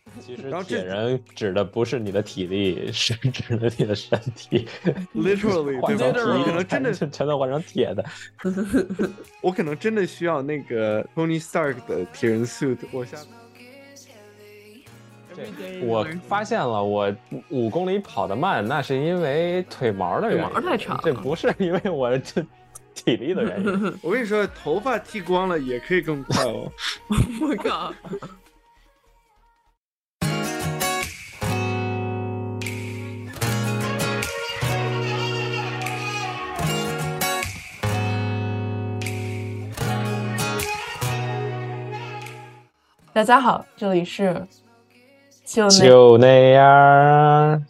其实铁人指的不是你的体力，是指的你的身体。 literally 换成对吧？我可能真的全都换成铁的。 我可能真的需要那个 Tony Stark 的铁人 suit。 我发现了，我5公里跑得慢，那是因为腿毛的原因， 腿毛太长了， 这不是因为我这体力的原因。 我跟你说，头发剃光了也可以更快哦。 我靠！大家好，这里是就那样。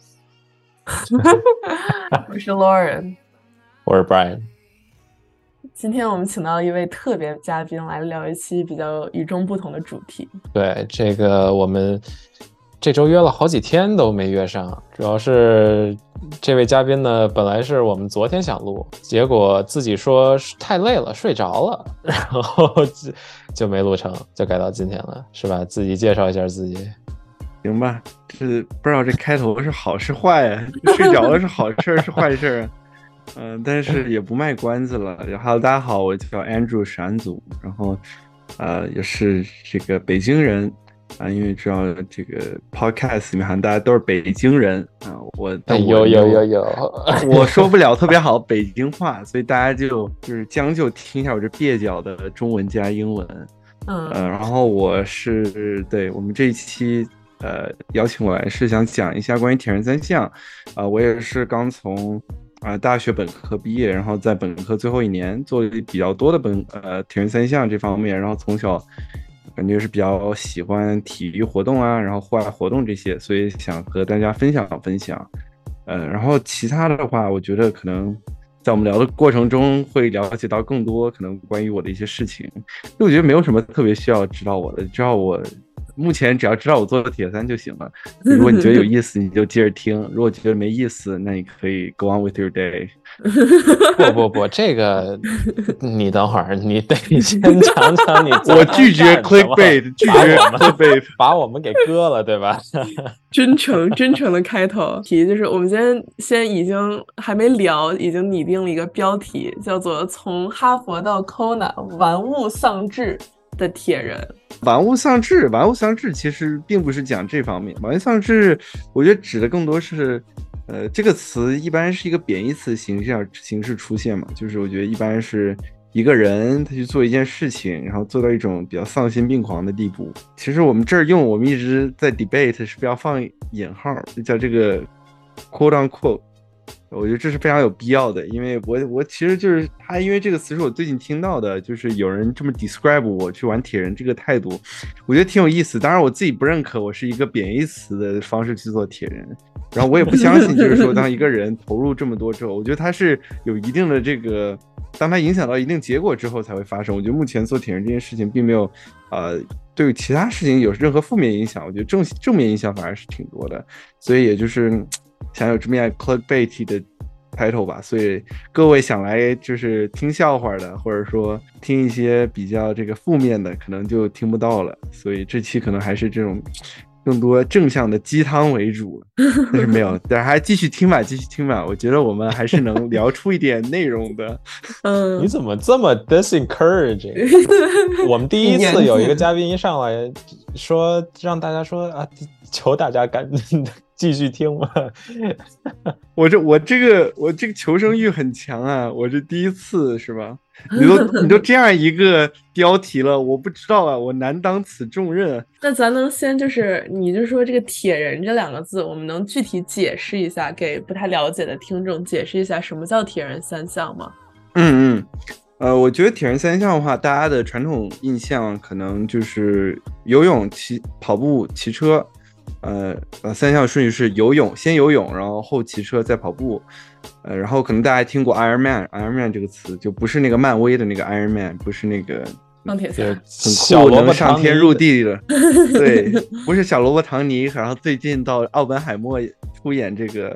我是 Lauren， 我是 Brian。 今天我们请到了一位特别嘉宾来聊一期比较与众不同的主题。 对，这个我们这周约了好几天都没约上，主要是这位嘉宾呢，本来是我们昨天想录，结果自己说太累了睡着了，然后就没录成，就改到今天了，是吧？自己介绍一下自己。 行吧，这不知道这开头是好是坏啊？睡着了是好事是坏事？但是也不卖关子了。Hello， 大家好，我叫 Andrew 是安祖，然后也是这个北京人啊，因为知道这个 podcast 里面好像大家都是北京人啊，我我说不了特别好北京话，所以大家就是将就听一下我这蹩脚的中文加英文。然后我是对我们这一期邀请我来是想讲一下关于铁人三项。我也是刚从大学本科毕业，然后在本科最后一年做比较多的铁人三项这方面，然后从小感觉是比较喜欢体育活动啊，然后户外活动这些，所以想和大家分享分享。然后其他的话，我觉得可能在我们聊的过程中会了解到更多可能关于我的一些事情，因为我觉得没有什么特别需要知道我的，知道我目前只要知道我做的铁三就行了。如果你觉得有意思，你就接着听；如果觉得没意思，那你可以 go on with your day。 不，这个你等会儿，你得先讲讲你。 我拒绝 clickbait， 拒绝 clickbait， 把我们给割了，对吧？ 真诚的开头题就是我们先已经还没聊，已经拟定了一个标题，叫做从哈佛到 Kona 玩物丧志的铁人。 玩物丧志其实并不是讲这方面，玩物丧志我觉得指的更多是这个词一般是一个贬义词形式出现嘛，就是我觉得一般是一个人他去做一件事情，然后做到一种比较丧心病狂的地步。其实我们这儿我们一直在 debate 是不是要放引号，就叫这个 quote on quote， 我觉得这是非常有必要的，因为我其实就是他，因为这个词是我最近听到的，就是有人这么 describe 我去玩铁人这个态度，我觉得挺有意思。当然我自己不认可我是一个贬义词的方式去做铁人，然后我也不相信就是说当一个人投入这么多之后，我觉得他是有一定的这个，当他影响到一定结果之后才会发生。我觉得目前做铁人这件事情并没有对其他事情有任何负面影响，我觉得正面影响反而是挺多的，所以也就是想有这么样 clickbait 的 title 吧。所以各位想来就是听笑话的，或者说听一些比较这个负面的，可能就听不到了。所以这期可能还是这种更多正向的鸡汤为主，但是没有，但是还继续听吧。我觉得我们还是能聊出一点内容的。 你怎么这么 disencouraging？ 我们第一次有一个嘉宾一上来说让大家说啊，求大家继续听吧。 我这个求生欲很强啊，我这第一次是吧？你都这样一个标题了，我不知道啊，我难当此重任。 那咱能先你就说这个铁人这2个字，我们能具体解释一下，给不太了解的听众解释一下什么叫铁人三项吗？ 我觉得铁人三项的话，大家的传统印象可能就是游泳、跑步、骑车。三项顺序是先游泳，然后后骑车，再跑步。然后可能大家听过 Iron Man 这个词，就不是那个漫威的那个 Iron Man， 不是那个钢铁侠， 很酷能上天入地的，对，不是小萝卜唐尼。然后最近到奥本海默出演这个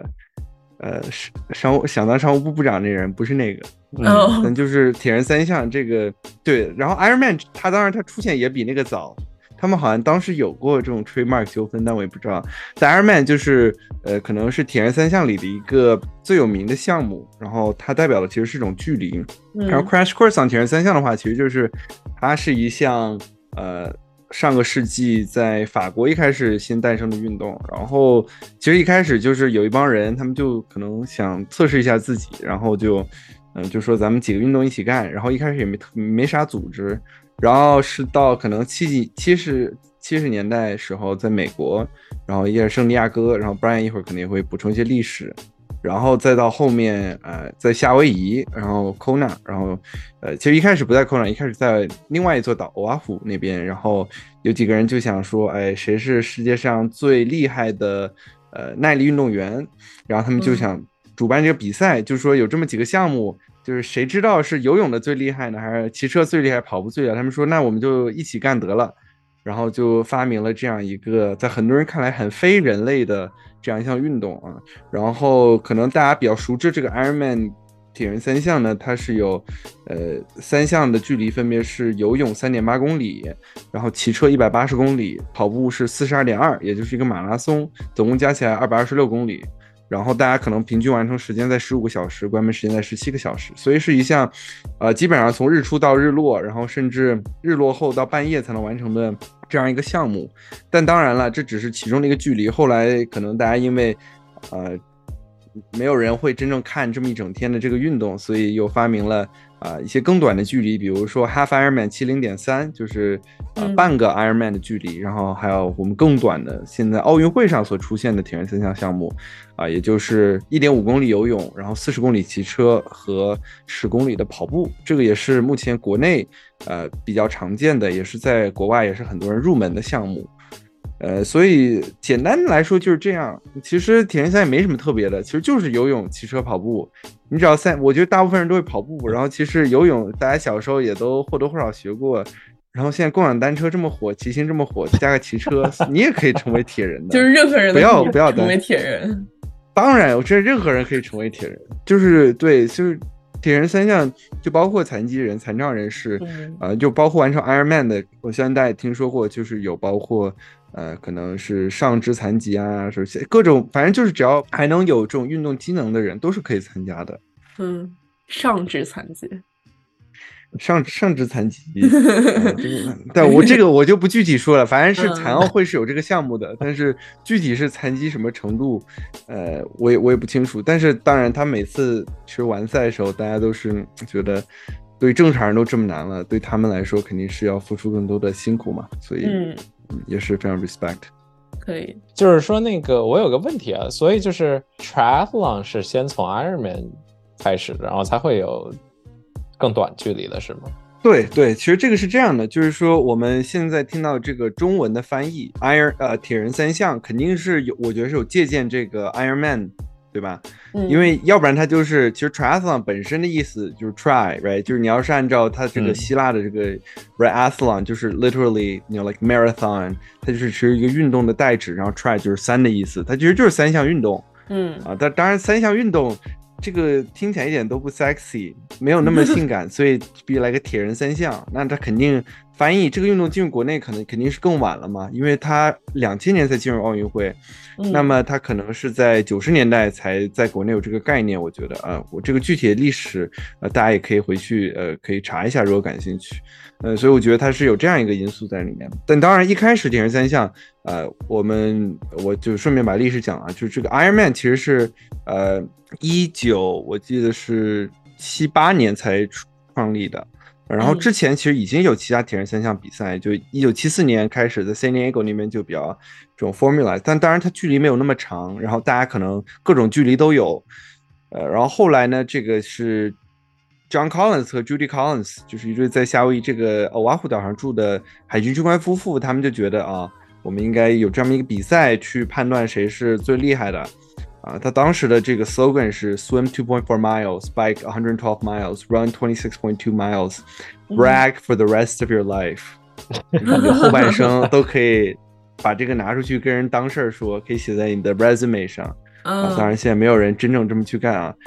想当商务部部长那人，不是那个。但就是铁人三项这个，对。然后 Iron Man 他当然他出现也比那个早， 他们好像当时有过这种 trademark 纠纷，但我也不知道。但 Ironman 就是可能是铁人三项里的一个最有名的项目，然后它代表的其实是一种距离。然后 Crash Course on 铁人三项的话，其实就是它是一项上个世纪在法国一开始新诞生的运动，然后其实一开始就是有一帮人，他们就可能想测试一下自己，然后就说咱们几个运动一起干，然后一开始也没啥组织，然后是到可能70年代时候在美国，然后也是圣地亚哥，然后 Brian 一会儿可能也会补充一些历史。然后再到后面，在夏威夷，然后 Kona， 然后，其实一开始不在 Kona， 一开始在另外一座岛欧阿湖那边，然后有几个人就想说，哎，谁是世界上最厉害的耐力运动员？然后他们就想主办这个比赛，就是说有这么几个项目，就是谁知道是游泳的最厉害呢，还是骑车最厉害，跑步最厉害？他们说，那我们就一起干得了。然后就发明了这样一个在很多人看来很非人类的这样一项运动啊。然后可能大家比较熟知这个 Ironman 铁人三项呢，它是有3项的距离，分别是游泳3.8公里，然后骑车180公里，跑步是42.2，也就是一个马拉松，总共加起来226公里。然后大家可能平均完成时间在15个小时，关门时间在17个小时，所以是一项基本上从日出到日落，然后甚至日落后到半夜才能完成的这样一个项目。但当然了，这只是其中的一个距离，后来可能大家因为没有人会真正看这么一整天的这个运动，所以又发明了一些更短的距离，比如说 Half Ironman 70.3，就是半个 Ironman 的距离，然后还有我们更短的现在奥运会上所出现的铁人三项项目也就是1.5公里游泳，然后40公里骑车和10公里的跑步，这个也是目前国内比较常见的，也是在国外也是很多人入门的项目。所以简单的来说就是这样。其实铁人三项也没什么特别的，其实就是游泳、骑车、跑步。你只要我觉得大部分人都会跑步，然后其实游泳大家小时候也都或多或少学过。然后现在共享单车这么火，骑行这么火，加个骑车，你也可以成为铁人的。 就是任何人不要成为铁人。 当然，我觉得任何人可以成为铁人，就是对，就是铁人三项就包括残疾人、残障人士，就包括完成 Ironman 的，我相信大家也听说过，就是有包括。可能是上肢残疾啊，各种，反正就是只要还能有这种运动机能的人，都是可以参加的。 上肢残疾， 上肢残疾，但我就不具体说了，反正是残奥会是有这个项目的，但是具体是残疾什么程度，我也不清楚。但是当然，他每次其实完赛的时候，大家都是觉得。对正常人都这么难了，对他们来说肯定是要付出更多的辛苦嘛，所以也是非常 respect。 可以， 就是说那个我有个问题啊，所以就是 triathlon 是先从 Ironman 开始，然后才会有更短距离的是吗？ 对，其实这个是这样的，就是说我们现在听到这个中文的翻译铁人三项，肯定是我觉得是有借鉴这个 Ironman。对吧？因为要不然它就是其实 triathlon 本身的意思就是 try right， 就是你要是按照它这个希腊的这个 triathlon 就是 literally like marathon， 它就是其实一个运动的代指，然后 try 就是3的意思，它其实就是3项运动。但当然3项运动这个听起来一点都不 sexy， 没有那么性感，所以比来个铁人三项，那它肯定翻译这个运动进入国内肯定是更晚了嘛，因为它2000年才进入奥运会。那么它可能是在90年代才在国内有这个概念，我觉得我这个具体的历史大家也可以回去可以查一下，如果感兴趣。所以我觉得它是有这样一个因素在里面。但当然一开始铁人三项我就顺便把历史讲了，就是这个 Ironman 其实是我记得是78年才创立的。然后之前其实已经有其他铁人三项比赛，就1974年开始在 San Diego 那边就比较这种 formula， 但当然它距离没有那么长，然后大家可能各种距离都有。然后后来呢，这个是 John Collins 和 Judy Collins， 就是一对在夏威夷这个欧阿湖岛上住的海军军官夫妇，他们就觉得我们应该有这么一个比赛去判断谁是最厉害的。他当时的这个 slogan 是 Swim 2.4 miles, Bike 112 miles, Run 26.2 miles, Brag for the rest of your life。 你后半生都可以把这个拿出去跟人当事儿说，可以写在你的 resume 上。当然现在没有人真正这么去干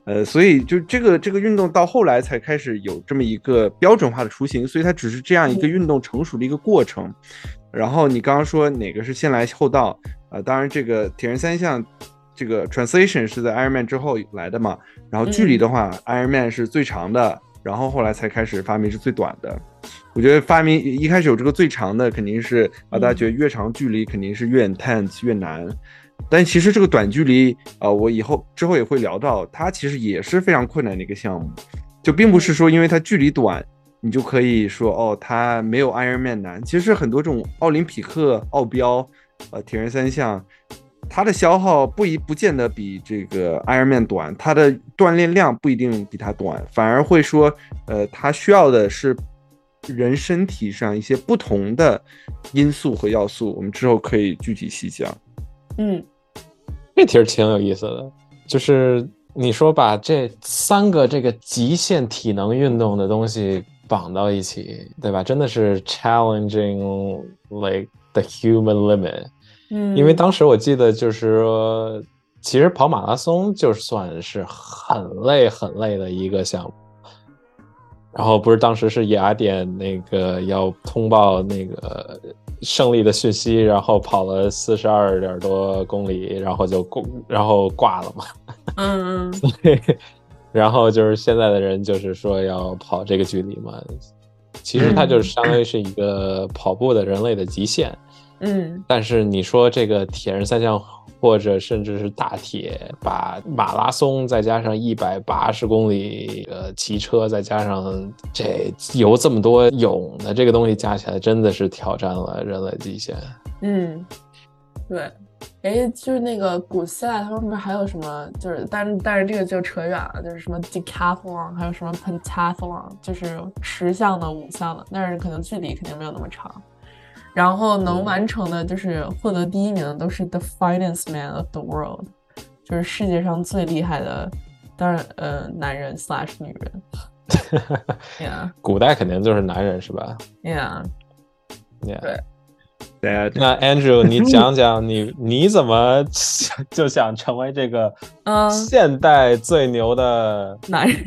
所以就这个运动到后来才开始有这么一个标准化的雏形，所以它只是这样一个运动成熟的一个过程。然后你刚刚说哪个是先来后到，当然这个铁人三项这个 translation 是在 Ironman 之后来的嘛，然后距离的话，Ironman 是最长的，然后后来才开始发明是最短的。我觉得发明一开始有这个最长的，肯定是大家觉得越长距离肯定是越 intense 越难。但其实这个短距离我之后也会聊到，它其实也是非常困难的一个项目，就并不是说因为它距离短你就可以说它没有 Ironman 难。其实很多这种奥林匹克奥标铁人三项，它的消耗不见得比这个 Ironman 短，它的锻炼量不一定比它短，反而会说它需要的是人身体上一些不同的因素和要素，我们之后可以具体细讲。 这题挺有意思的，就是你说把这3个这个极限体能运动的东西绑到一起，对吧？真的是 challenging like the human limit。因为当时我记得就是说，其实跑马拉松就算是很累很累的一个项目。然后不是当时是雅典那个要通报那个胜利的讯息，然后跑了42点多公里，然后挂了嘛。所以然后就是现在的人就是说要跑这个距离嘛，其实它就是相当于是一个跑步的人类的极限。但是你说这个铁人三项或者甚至是大铁，把马拉松再加上180公里骑车，再加上这游这么多泳的这个东西加起来，真的是挑战了人类极限。 对。就是那个古希腊他们不是还有什么，就是但是这个就扯远了，就是什么 decathlon 还有什么 pentathlon， 就是10项的5项的，但是可能距离肯定没有那么长，然后能完成的就是获得第1名的都是 the finest man of the world， 就是世界上最厉害的，当然男人/女人。yeah. 古代肯定就是男人是吧？ Yeah. 对。 那 Andrew 你讲讲你怎么就想成为这个现代最牛的男人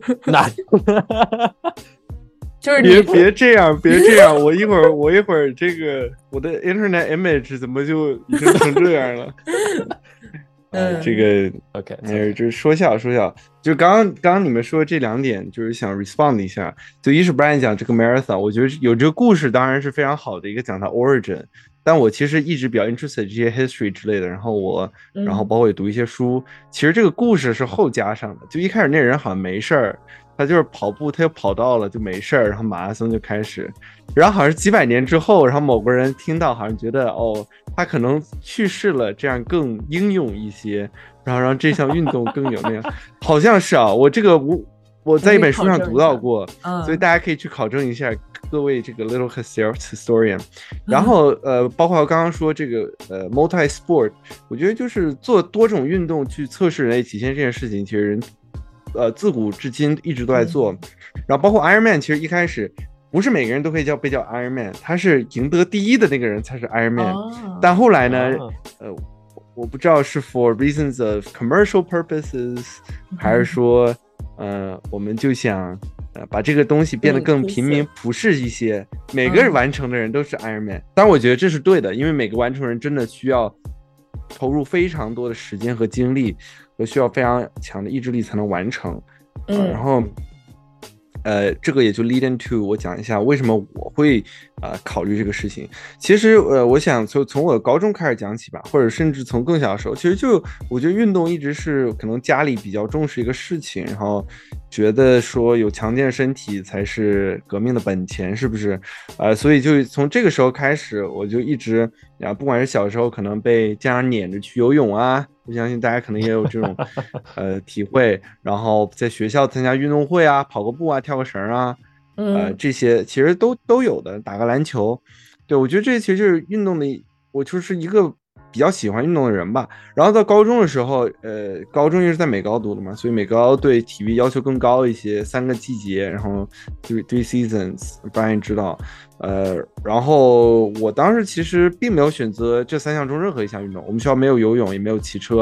就是别这样，我一会儿这个我的 internet image 怎么就已经成这样了？这个 OK， 就是说笑。就刚刚你们说这2点，就是想 respond 一下。就一是 Brian 讲这个 marathon， 我觉得有这个故事当然是非常好的一个讲它 origin， 但我其实一直比较 interested 这些 history 之类的，然后包括也读一些书。其实这个故事是后加上的，就一开始那人好像没事儿。他就是跑步，他又跑到了就没事儿，然后马拉松就开始，然后好像是几百年之后，然后某个人听到好像觉得他可能去世了，这样更英勇一些，然后让这项运动更有那样，好像是我在一本书上读到过，所以大家可以去考证一下，各位这个 little historian。然后包括刚刚说这个multi sport， 我觉得就是做多种运动去测试人类极限这件事情，其实人自古至今一直都在做。然后包括 Ironman， 其实一开始不是每个人都可以被叫 Ironman， 他是赢得第1的那个人才是 Ironman。但后来呢，我不知道是 for reasons of commercial purposes， 还是说我们就想把这个东西变得更平民普世一些，每个人完成的人都是 Ironman。当然我觉得这是对的，因为每个完成人真的需要投入非常多的时间和精力，和需要非常强的意志力才能完成。然后这个也就 lead into 我讲一下为什么我会考虑这个事情。其实我想从我高中开始讲起吧，或者甚至从更小的时候，其实就我觉得运动一直是可能家里比较重视一个事情，然后觉得说有强健的身体才是革命的本钱，是不是？所以就从这个时候开始，我就一直不管是小时候可能被家长撵着去游泳啊，我相信大家可能也有这种体会，然后在学校参加运动会啊，跑个步啊，跳个绳啊，这些其实都有的，打个篮球。对，我觉得这其实就是运动的，我就是一个比较喜欢运动的人吧。然后到高中的时候，高中因为是在美高读的嘛，所以美高对体育要求更高一些，3个季节，然后 three seasons， Brian 知道。然后我当时其实并没有选择这3项中任何一项运动，我们学校没有游泳，也没有骑车，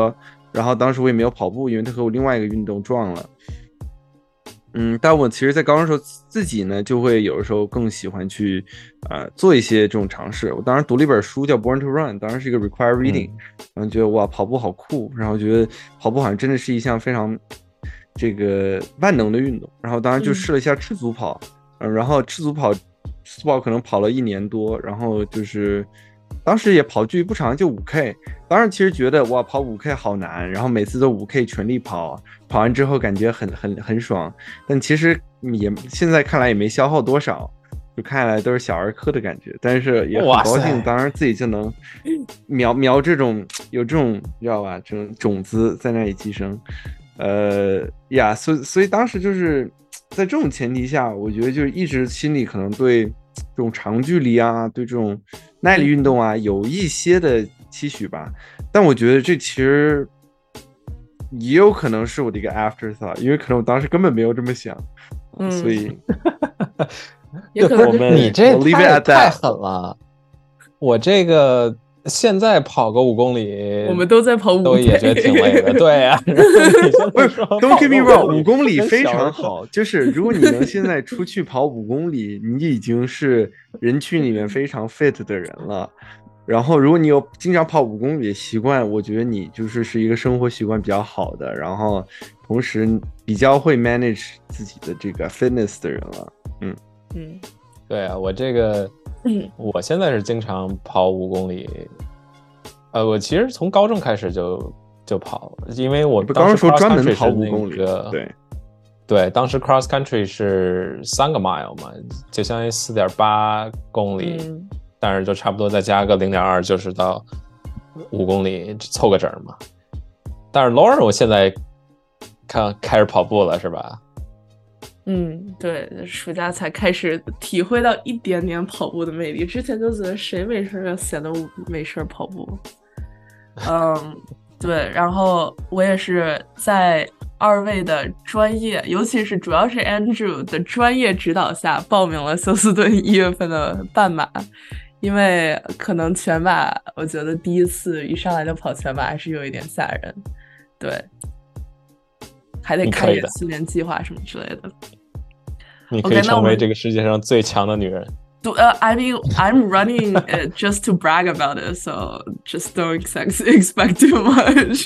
然后当时我也没有跑步，因为它和我另外一个运动撞了。但我其实，在高中的时候自己呢，就会有的时候更喜欢去做一些这种尝试。我当时读了一本书叫《Born to Run》，当时是一个 required reading，然后觉得哇，跑步好酷，然后觉得跑步好像真的是一项非常这个万能的运动。然后当时就试了一下赤足跑，然后赤足跑可能跑了1年多，然后就是当时也跑距离不长，就5K。当时其实觉得哇，跑5K 好难，然后每次都5K 全力跑，跑完之后感觉很爽，但其实也现在看来也没消耗多少，就看来都是小儿科的感觉，但是也很高兴，当然自己就能苗这种有这种你知道吧，这种种子在那里寄生，所以当时就是在这种前提下，我觉得就是一直心里可能对这种长距离啊，对这种耐力运动啊有一些的期许吧，但我觉得这其实也有可能是我的一个 afterthought， 因为可能我当时根本没有这么想，所以也可能你这太狠了。我这个现在跑个5公里， 我们都在跑5K， 都也觉得挺累的。对呀， 不是 ，Don't get me wrong，5公里非常好，就是如果你能现在出去跑5公里，你已经是人群里面非常 fit 的人了。然后，如果你有经常跑5公里的习惯，我觉得你是一个生活习惯比较好的，然后同时比较会 manage 自己的这个 fitness 的人了。 对啊，我这个，我现在是经常跑5公里。我其实从高中开始就跑，因为我当时说专门跑5公里， 对，当时 cross country 是3个 mile 嘛，就相当于4.8公里。但是就差不多再加个0.2，就是到5公里，凑个整嘛。但是 Lauren 我现在开始跑步了，是吧？ 对，暑假才开始体会到一点点跑步的魅力。之前就觉得谁没事要闲得没事跑步。对，然后我也是在2位的专业，尤其是主要是 Andrew 的专业指导下，报名了休斯顿1月份的半马。因为可能全马，我觉得第一次一上来就跑全马还是有一点吓人，对，还得看一点训练计划什么之类的。 你可以成为这个世界上最强的女人。 I mean, I'm running it just to brag about it, so just don't expect too much.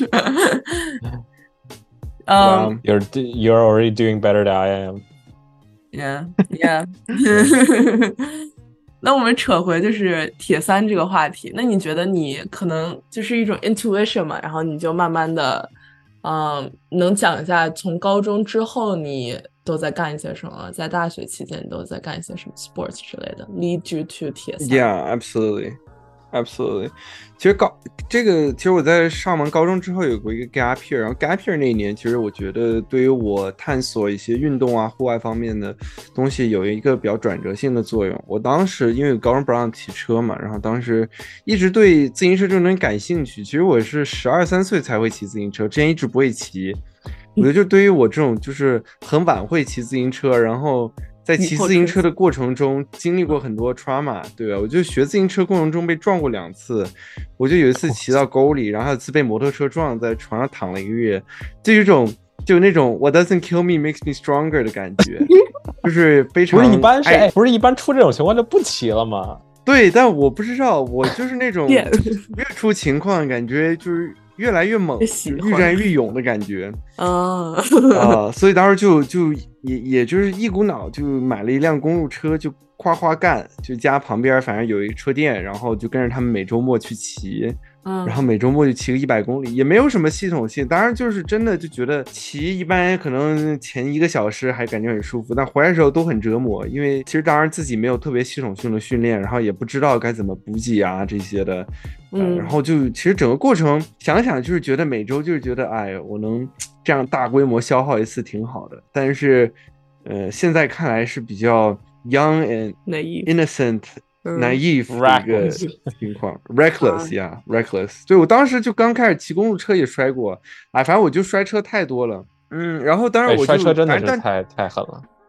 You're already doing better than I am. Yeah. 那我们扯回就是铁三这个话题，那你觉得你可能就是一种 intuition 嘛，然后你就慢慢的，能讲一下从高中之后你都在干一些什么，在大学期间你都在干一些什么 sports 之类的 lead you to 铁三。 Yeah, absolutely. 其实我在上完高中之后有过一个 gap year， 然后 gap year 那一年，其实我觉得对于我探索一些运动啊、户外方面的东西有一个比较转折性的作用。我当时因为高中不让骑车嘛，然后当时一直对自行车这种东西感兴趣。其实我是12、13岁才会骑自行车，之前一直不会骑。我觉得就对于我这种就是很晚会骑自行车，然后在骑自行车的过程中经历过很多 trauma， 对吧？我就学自行车过程中被撞过2次，我就有一次骑到沟里，然后有一次被摩托车撞，在床上躺了1个月，就那种 What doesn't kill me makes me stronger 的感觉，就是非常不是一般出这种情况就不骑了吗？ 对，但我不知道，我就是那种越出情况感觉就是越来越猛，愈战愈勇的感觉所以当时就也就是一股脑就买了一辆公路车，就夸干，就家旁边反正有一个车店，然后就跟着他们每周末去骑，然后每周末就骑个100公里，也没有什么系统性。当然就是真的就觉得骑一般可能前1个小时还感觉很舒服，但回来的时候都很折磨，因为其实当然自己没有特别系统性的训练，然后也不知道该怎么补给啊这些的，然后就其实整个过程想想就是觉得每周就是觉得哎，我能这样大规模消耗一次挺好的，但是现在看来是比较 young and innocent。naive 的一个情况，reckless 呀，reckless。对，我当时就刚开始骑公路车也摔过，反正我就摔车太多了，然后当然我就摔车真的是太狠了。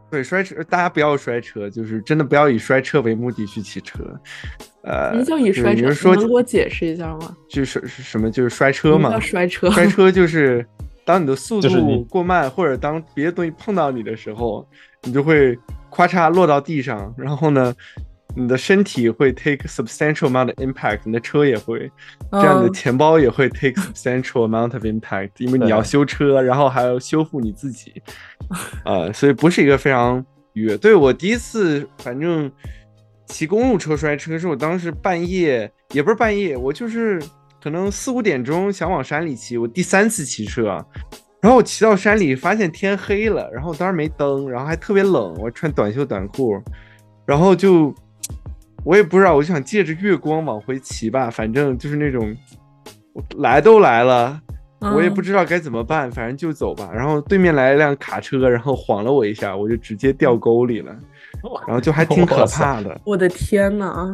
对，摔车大家不要摔车，就是真的不要以摔车为目的去骑车。 什么叫以摔车？ 你是说能给我解释一下吗？ 就是什么？就是摔车嘛？ 什么叫摔车？ 摔车就是当你的速就是你度过慢，或者当别的东西碰到你的时候，你就会咔嚓落到地上，然后呢，你的身体会 take substantial amount of impact， 你的车也会，这样你的钱包也会 take substantial amount of impact， 因为你要修车，然后还要修复你自己，所以不是一个非常愉悦。对，我第一次反正骑公路车摔车是我当时半夜，也不是半夜，我就是可能4、5点钟想往山里骑，我第3次骑车，然后我骑到山里发现天黑了，然后当时没灯，然后还特别冷，我穿短袖短裤，然后就我也不知道，我就想借着月光往回骑吧，反正就是那种来都来了，我也不知道该怎么办，反正就走吧。然后对面来了辆卡车，然后晃了我一下，我就直接掉沟里了，然后就还挺可怕的。 我的天哪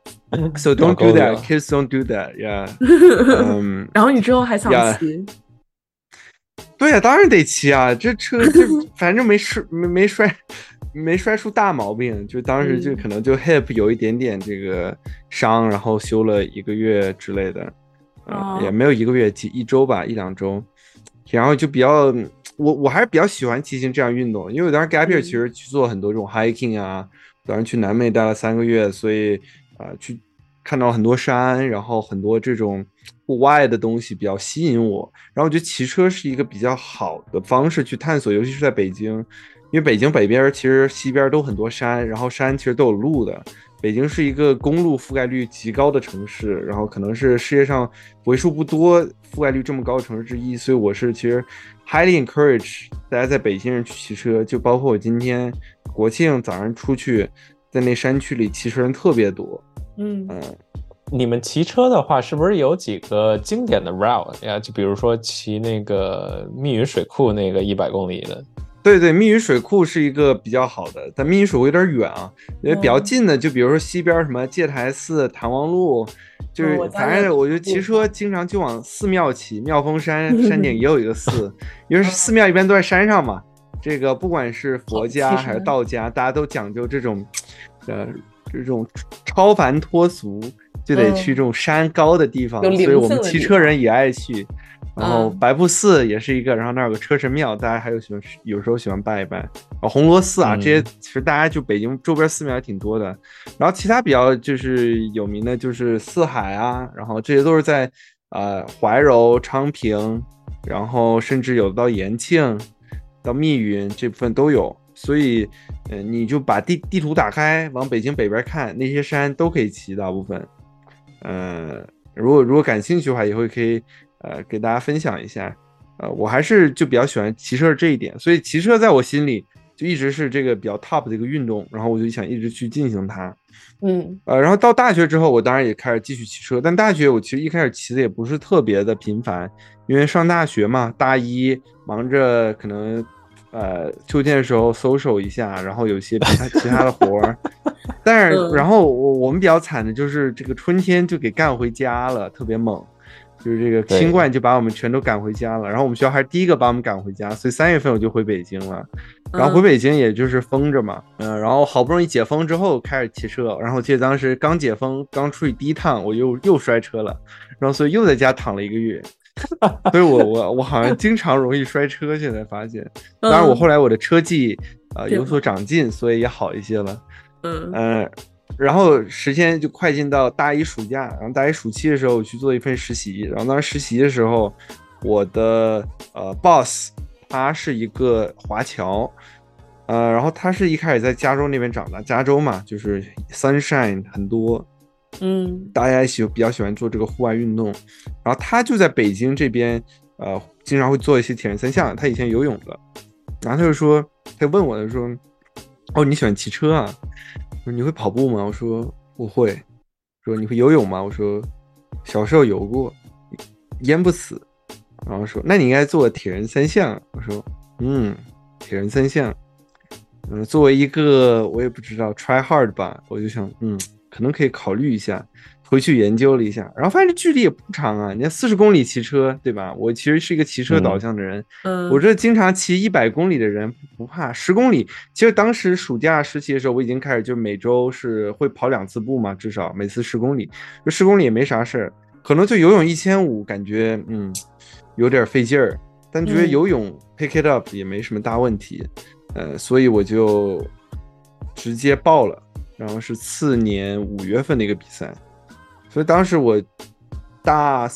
！So don't do that, kids don't do that, yeah 然后你之后还想骑？ 对呀，当然得骑啊！这车就反正没摔出大毛病，就当时就可能就 hip 有一点点这个伤，然后休了1个月之类的，也没有1个月，1周吧，1、2周，然后就比较我还是比较喜欢骑行这样运动，因为我当时 gap year 其实去做很多这种 hiking 啊，当时去南美待了3个月，所以去看到很多山，然后很多这种户外的东西比较吸引我，然后我觉得骑车是一个比较好的方式去探索，尤其是在北京，因为北京北边其实西边都很多山，然后山其实都有路的。北京是一个公路覆盖率极高的城市，然后可能是世界上为数不多覆盖率这么高的城市之一，所以我是其实 highly encourage 大家在北京人去骑车，就包括我今天国庆早上出去，在那山区里骑车人特别多。 你们骑车的话，是不是有几个经典的 route 呀？就比如说骑那个密云水库那个100公里的。 对，密云水库是一个比较好的，但密云水库有点远啊，因为比较近的，就比如说西边什么戒台寺、谭王路，就是反正我就骑车经常就往寺庙骑，妙峰山山顶也有一个寺，因为寺庙一般都在山上嘛，这个不管是佛家还是道家，大家都讲究这种超凡脱俗，就得去这种山高的地方，所以我们骑车人也爱去。然后白布寺也是一个，然后那有个车神庙，大家还有时候喜欢拜一拜。红螺寺啊，这些其实大家就北京周边寺庙也挺多的。然后其他比较就是有名的就是四海啊，然后这些都是在怀柔、昌平，然后甚至有到延庆、到密云这部分都有。所以你就把地图打开，往北京北边看，那些山都可以骑，大部分。如果感兴趣的话，也会可以给大家分享一下。我还是就比较喜欢骑车这一点，所以骑车在我心里就一直是这个比较 top 的一个运动，然后我就想一直去进行它。然后到大学之后，我当然也开始继续骑车，但大学我其实一开始骑的也不是特别的频繁，因为上大学嘛，大一忙着可能秋天的时候 social 一下，然后有些其他的活儿，但是然后我们比较惨的就是这个春天就给干回家了，特别猛，就是这个新冠就把我们全都赶回家了，然后我们学校还是第一个把我们赶回家，所以3月份我就回北京了，然后回北京也就是封着嘛，然后好不容易解封之后开始骑车，然后记得当时刚解封刚出去第一趟我又摔车了，然后所以又在家躺了1个月。所以我好像经常容易摔车，现在发现。当然我后来我的车技有所长进，所以也好一些了。然后时间就快进到大一暑假，然后大一暑期的时候我去做一份实习，然后当时实习的时候，我的boss 他是一个华侨，然后他是一开始在加州那边长大，加州嘛就是 sunshine 很多。大家也比较喜欢做这个户外运动，然后他就在北京这边，经常会做一些铁人三项，他以前游泳的，然后他就问我的说，哦，你喜欢骑车啊？我说你会跑步吗？我说我会。说你会游泳吗？我说小时候游过，淹不死。然后说那你应该做铁人三项。我说铁人三项，作为一个我也不知道 try hard 吧，我就想可能可以考虑一下， 回去研究了一下，然后发现这距离也不长啊，你看40公里骑车，对吧？我其实是一个骑车导向的人，我这经常骑100公里的人不怕10公里。其实当时暑假实习的时候，我已经开始就每周是会跑2次步嘛，至少每次10公里，就10公里也没啥事儿，可能就游泳1500，感觉有点费劲儿，但觉得游泳 pick it up 也没什么大问题，所以我就直接报了，然后是次年5月份的一个比赛。所以当时我大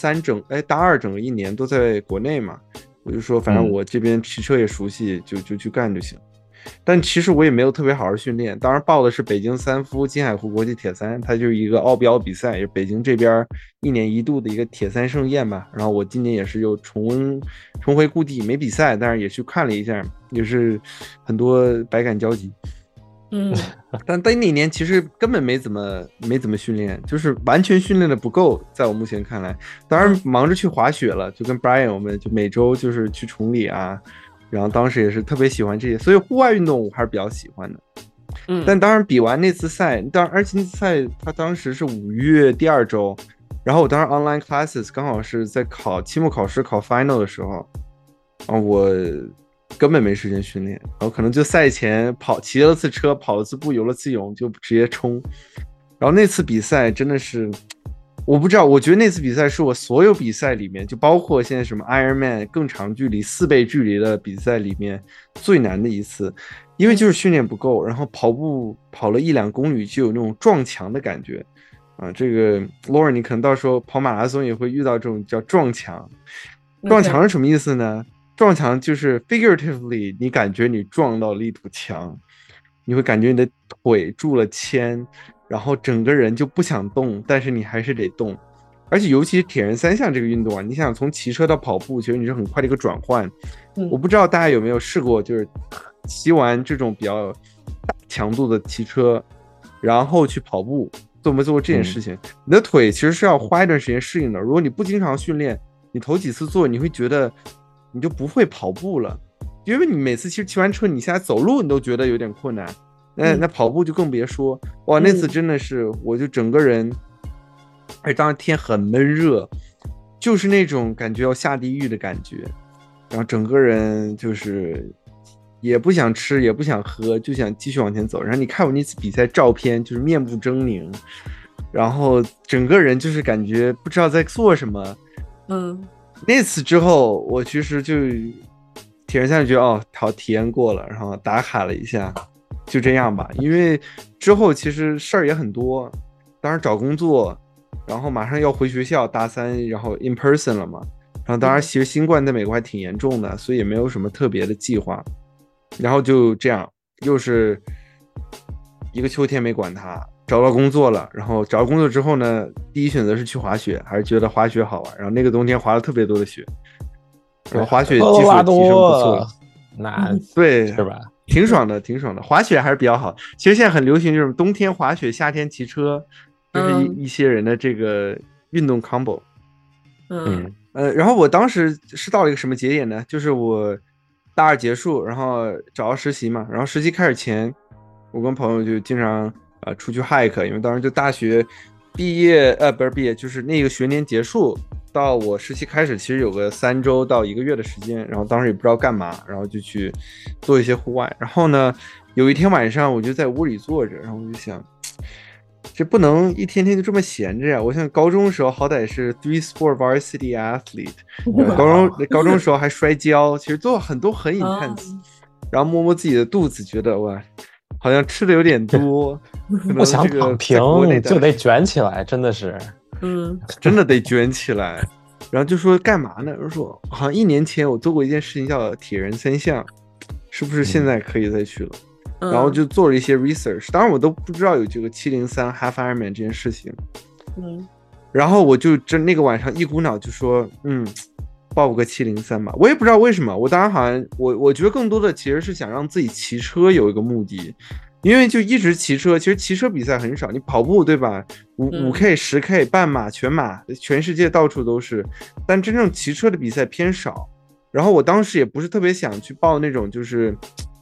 2整个1年都在国内嘛，我就说反正我这边骑车也熟悉，就去干就行。但其实我也没有特别好好训练，当然报的是北京三夫金海湖国际铁三，它就是一个奥标比赛，也是北京这边1年1度的一个铁三盛宴吧。然后我今年也是又重回故地，没比赛，但是也去看了一下，也是很多百感交集。但那年其实根本没怎么训练，就是完全训练的不够，在我目前看来。当然忙着去滑雪了，就跟 Brian 我们就每周就是去崇礼啊，然后当时也是特别喜欢这些，所以户外运动我还是比较喜欢的。但当然比完那次赛，而且那次赛他当时是5月第2周，然后我当时 online classes 刚好是在期末考试考 final 的时候，我根本没时间训练，然后可能就赛前骑了次车，跑了次步，游了次泳，就直接冲。然后那次比赛真的是，我不知道，我觉得那次比赛是我所有比赛里面，就包括现在什么 Ironman 更长距离4倍距离的比赛里面最难的一次，因为就是训练不够，然后跑步跑了1-2公里就有那种撞墙的感觉啊。这个 Lauren 你可能到时候跑马拉松也会遇到这种叫撞墙。撞墙是什么意思呢？撞墙就是 figuratively 你感觉你撞到了一堵墙，你会感觉你的腿住了铅，然后整个人就不想动，但是你还是得动。而且尤其是铁人三项这个运动啊，你想从骑车到跑步，其实你是很快的一个转换。我不知道大家有没有试过，就是骑完这种比较大强度的骑车，然后去跑步，做没做过这件事情？你的腿其实是要花一段时间适应的。如果你不经常训练，你头几次做，你会觉得你就不会跑步了，因为你每次骑完车，你现在走路你都觉得有点困难，那跑步就更别说。哇，那次真的是，我就整个人，而且当时天很闷热，就是那种感觉要下地狱的感觉，然后整个人就是也不想吃，也不想喝，就想继续往前走。然后你看我那次比赛照片，就是面部狰狞，然后整个人就是感觉不知道在做什么。那次之后，我其实就铁人三项觉得好体验过了，然后打卡了一下，就这样吧。因为之后其实事儿也很多，当时找工作，然后马上要回学校大3，然后 in person 了嘛。然后当然其实新冠在美国还挺严重的，所以也没有什么特别的计划。然后就这样，又是一个秋天没管它。找到工作了，然后找到工作之后呢，第一选择是去滑雪，还是觉得滑雪好玩。然后那个冬天滑了特别多的雪，然后滑雪技术提升不错， 那对是吧？ 挺爽的，挺爽的。滑雪还是比较好。其实现在很流行这种冬天滑雪、夏天骑车，就是一些人的这个运动 combo。然后我当时是到了一个什么节点呢？就是我大2结束，然后找到实习嘛，然后实习开始前，我跟朋友就经常出去 hike， 因为当时就大学毕业，不是毕业，就是那个学年结束到我实习开始，其实有个3周到1个月的时间，然后当时也不知道干嘛，然后就去做一些户外。然后呢，有一天晚上我就在屋里坐着，然后我就想，这不能一天天就这么闲着呀。我想高中的时候好歹是 3 sport varsity athlete， 高中的时候还摔跤，其实做很多很 intense，然后摸摸自己的肚子，觉得哇，好像吃的有点多， 不想躺平就得卷起来，真的是， 真的得卷起来。然后就说干嘛呢？我说好像1年前我做过一件事情叫铁人三项，是不是现在可以再去了？然后就做了一些 research， 当然我都不知道有这个703 Half Ironman 这件事情。然后我就那个晚上一股脑就说，报个703吧。我也不知道为什么，我当然好像我觉得更多的其实是想让自己骑车有一个目的，因为就一直骑车，其实骑车比赛很少，你跑步对吧？5K、10K、半马、全马，全世界到处都是，但真正骑车的比赛偏少。然后我当时也不是特别想去报那种就是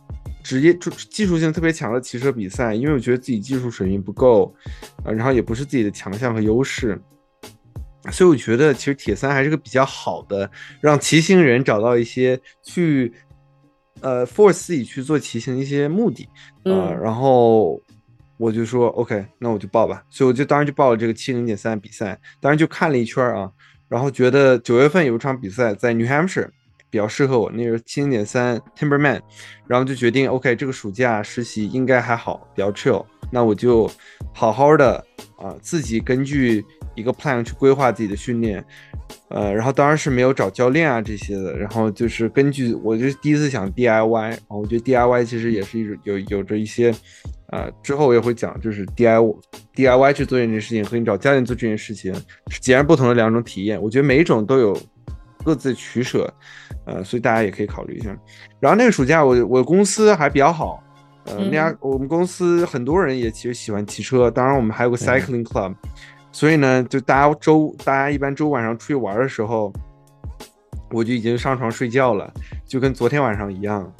职业技术性特别强的骑车比赛，因为我觉得自己技术水平不够，然后也不是自己的强项和优势，所以我觉得其实铁三还是个比较好的让骑行人找到一些去force 自己去做骑行的一些目的，然后我就说 OK， 那我就报吧，所以我就当时就报了这个 70.3 比赛，当时就看了一圈啊，然后觉得9月份有一场比赛在 New Hampshire。比较适合我，那个70.3 Timberman， 然后就决定 OK， 这个暑假实习应该还好，比较 chill， 那我就好好的自己根据一个 plan 去规划自己的训练，然后当然是没有找教练啊这些的，然后就是根据我就第一次想 DIY， 我觉得 DIY 其实也是有着一些之后我也会讲，就是 DIY 去做这件事情和你找教练做这件事情是截然不同的两种体验，我觉得每一种都有各自取舍，所以大家也可以考虑一下。然后那个暑假我公司还比较好，我们公司很多人也其实喜欢骑车，当然我们还有个 cycling club，所以呢，就大家一般周晚上出去玩的时候，我就已经上床睡觉了，就跟昨天晚上一样，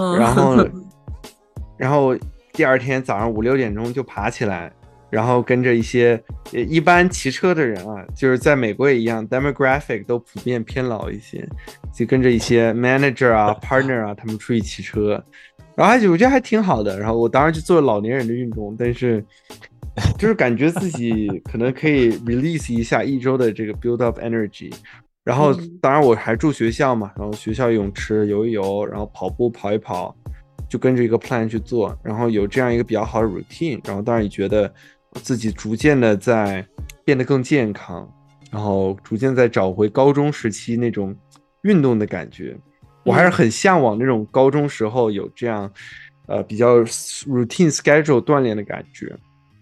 然后第二天早上5、6点钟就爬起来。然后跟着一般骑车的人啊，就是在美国也一样 ，demographic 都普遍偏老一些，就跟着一些 manager 啊、partner 啊，他们出去骑车，然后我觉得还挺好的。然后我当然去做老年人的运动，但是就是感觉自己可能可以 release 一下一周的这个 build up energy。然后当然我还住学校嘛，然后学校泳池游一游，然后跑步跑一跑，就跟着一个 plan 去做，然后有这样一个比较好的 routine， 然后当然也觉得自己逐渐的在变得更健康，然后逐渐在找回高中时期那种运动的感觉。我还是很向往那种高中时候有这样比较 routine schedule 锻炼的感觉。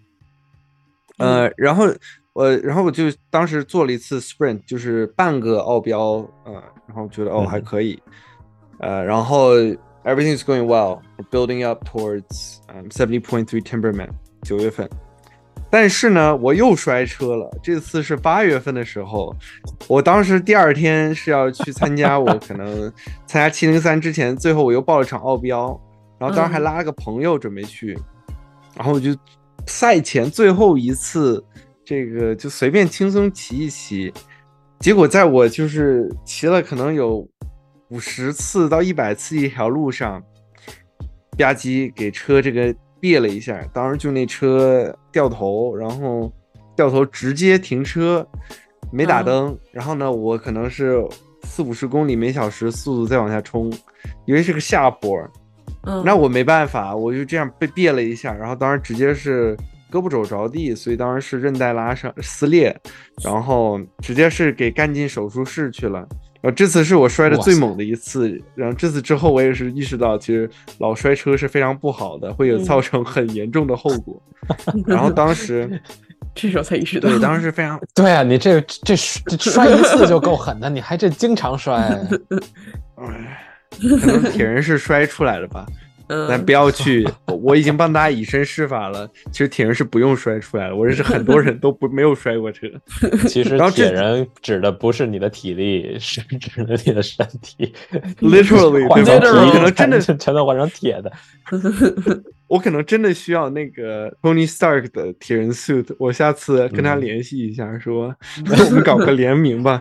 然后我就当时做了一次 sprint， 就是半个奥标，然后觉得还可以，然后 everything's going well, we're building up towards 70.3 Timberman 9月份。但是呢，我又摔车了。这次是8月份的时候，我当时第二天是要去参加可能参加703之前，最后我又报了场奥标，然后当时还拉了个朋友准备去，然后我就赛前最后一次这个就随便轻松骑一骑，结果在我就是骑了可能有50次到100次一条路上，吧唧给车这个别了一下，当时就那车掉头，然后掉头直接停车，没打灯，然后呢，我可能是40-50公里每小时速度再往下冲，因为是个下坡，那我没办法，我就这样被别了一下，然后当时直接是胳膊肘着地，所以当时是韧带撕裂，然后直接是给干进手术室去了。然后这次是我摔的最猛的一次，然后这次之后我也是意识到，其实老摔车是非常不好的，会有造成很严重的后果。然后当时这时候才意识到， 对，当时是非常对啊，你这摔一次就够狠的，你还这经常摔， 可能铁人是摔出来的吧。但不要去，我已经帮大家以身试法了。其实铁人是不用摔出来的，我认识很多人都没有摔过车。 其实铁人指的不是你的体力，是指的你的身体。 Literally， 换成皮可能真的全都换成铁的。 我可能真的需要那个 Tony Stark 的铁人 suit， 我下次跟他联系一下，说我们搞个联名吧。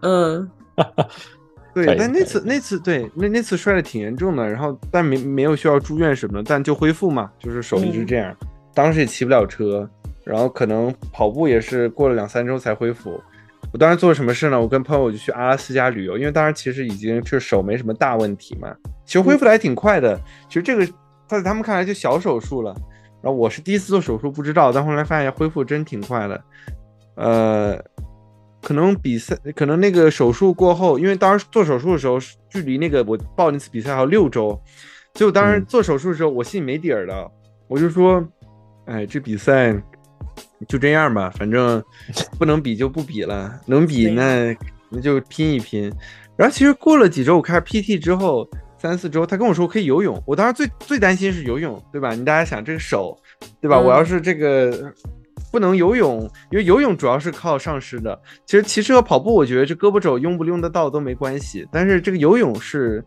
对，但那次摔的挺严重的，然后但没有需要住院什么的，但就恢复嘛，就是手一直这样，当时也骑不了车，然后可能跑步也是过了2-3周才恢复。我当时做了什么事呢？我跟朋友就去阿拉斯加旅游，因为当时其实已经是手没什么大问题嘛，其实恢复的还挺快的。其实这个在他们看来就小手术了，然后我是第一次做手术不知道，但后来发现恢复真挺快的。可能比赛，可能那个手术过后，因为当时做手术的时候，距离那个我报那次比赛还有6周，所以我当时做手术的时候，我心里没底儿了，我就说，哎，这比赛就这样吧，反正不能比就不比了，能比那就拼一拼。然后其实过了几周，我开始 PT 之后3-4周，他跟我说可以游泳，我当时最担心是游泳，对吧？大家想这个手，对吧？我要是这个。不能游泳，因为游泳主要是靠上肢的。其实骑车和跑步，我觉得这胳膊肘用不用得到都没关系。但是这个游泳是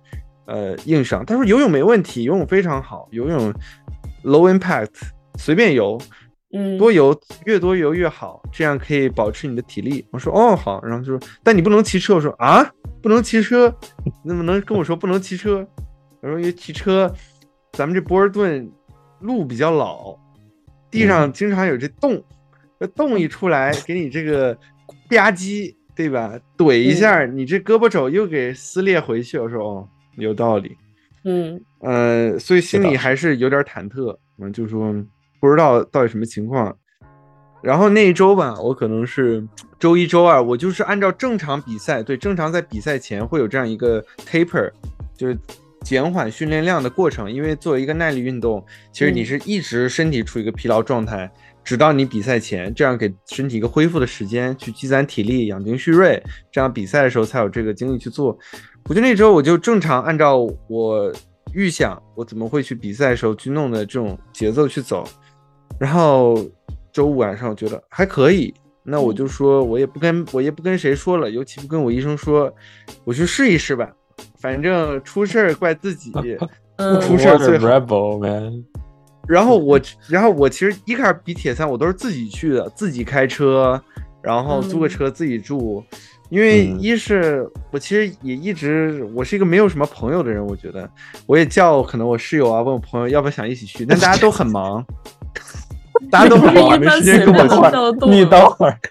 硬伤。他说游泳没问题，游泳非常好，游泳 low impact， 随便游，多游越多游越好，这样可以保持你的体力。我说哦好，然后就说但你不能骑车。我说啊不能骑车，你怎么能跟我说不能骑车？我说因为骑车，咱们这波尔顿路比较老，地上经常有这洞，这洞一出来给你这个吧唧，对吧？怼一下，你这胳膊肘又给撕裂回去。我说哦，有道理。所以心里还是有点忐忑，就说不知道到底什么情况。然后那一周吧，我可能是周一周二，我就是按照正常比赛，对，正常在比赛前会有这样一个 taper， 就是减缓训练量的过程。因为作为一个耐力运动，其实你是一直身体处于一个疲劳状态，直到你比赛前，这样给身体一个恢复的时间，去积攒体力，养精蓄锐，这样比赛的时候才有这个精力去做。我觉得那周我就正常按照我预想我怎么会去比赛的时候去弄的这种节奏去走。然后周五晚上我觉得还可以，那我就说我也不跟谁说了，尤其不跟我医生说，我去试一试吧，反正出事儿怪自己，不出事儿最好。然后我其实一开始比铁三我都是自己去的，自己开车，然后租个车自己住。因为一是我其实也一直我是一个没有什么朋友的人，我觉得我也叫可能我室友啊问我朋友要不要想一起去，但大家都很忙，大家都很忙，没时间跟我去。 你等会儿，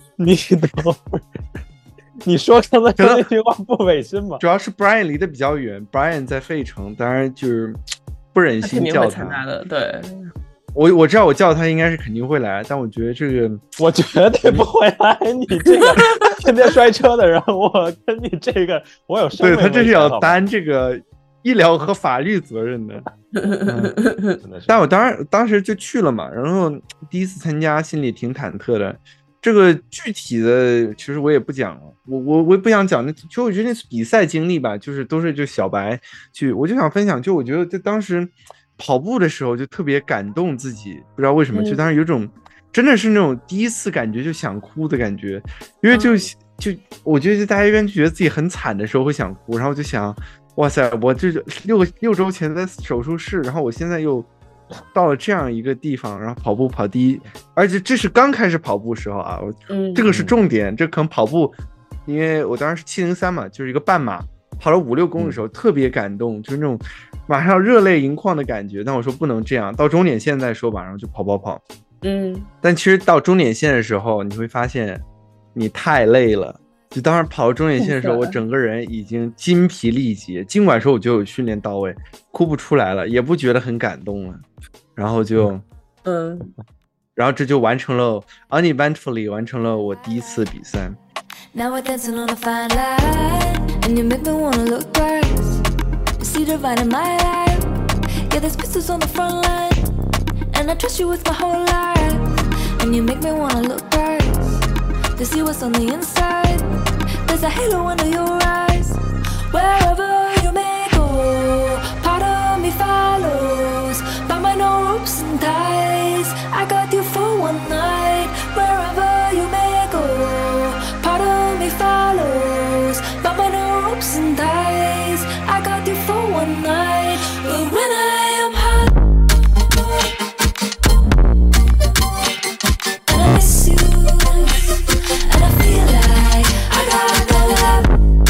你说刚才那句话不违心吗？ 主要是 Brian 离得比较远 ，Brian 在费城，当然就是不忍心叫他的，对。 我知道我叫他应该是肯定会来，但我觉得这个我绝对不会来。你这个天天摔车的人，我跟你这个我有生命危险。 对，他这是要担这个医疗和法律责任的。但我当时就去了嘛，然后第一次参加，心里挺忐忑的。这个具体的其实我也不讲了，我也不想讲那，就我觉得那次比赛经历吧，就是都是就小白去，我就想分享，就我觉得在当时跑步的时候就特别感动自己，不知道为什么，就当时有种真的是那种第一次感觉就想哭的感觉，因为就我觉得大家一边觉得自己很惨的时候会想哭，然后就想哇塞，我这六周前在手术室，然后我现在又到了这样一个地方，然后跑步跑第一，而且这是刚开始跑步时候啊，这个是重点，这可能跑步，因为我当时是703嘛，就是一个半马，跑了5-6公里的时候特别感动，就是那种马上热泪盈眶的感觉。但我说不能这样，到终点线再说吧，然后就跑。但其实到终点线的时候，你会发现你太累了。就当时跑到终点线的时候，我整个人已经筋疲力竭，尽管说我就有训练到位，哭不出来了，也不觉得很感动了，然后就然后这就完成了 uneventfully 完成了我第一次比赛。Now we're dancing on a fine line, and you make me wanna look right. You see the right in my life. Yeah, there's pistols on the front line, and I trust you with my whole life. And you make me wanna look right to see what's on the inside. There's a halo under your eyes. Wherever you may go, part of me follows. By my no ropes and ties, I got you for one night. Wherever you may go, part of me follows. By my no ropes and ties, I got you for one night. But when I am hot and I miss you, and I feel like I got no love,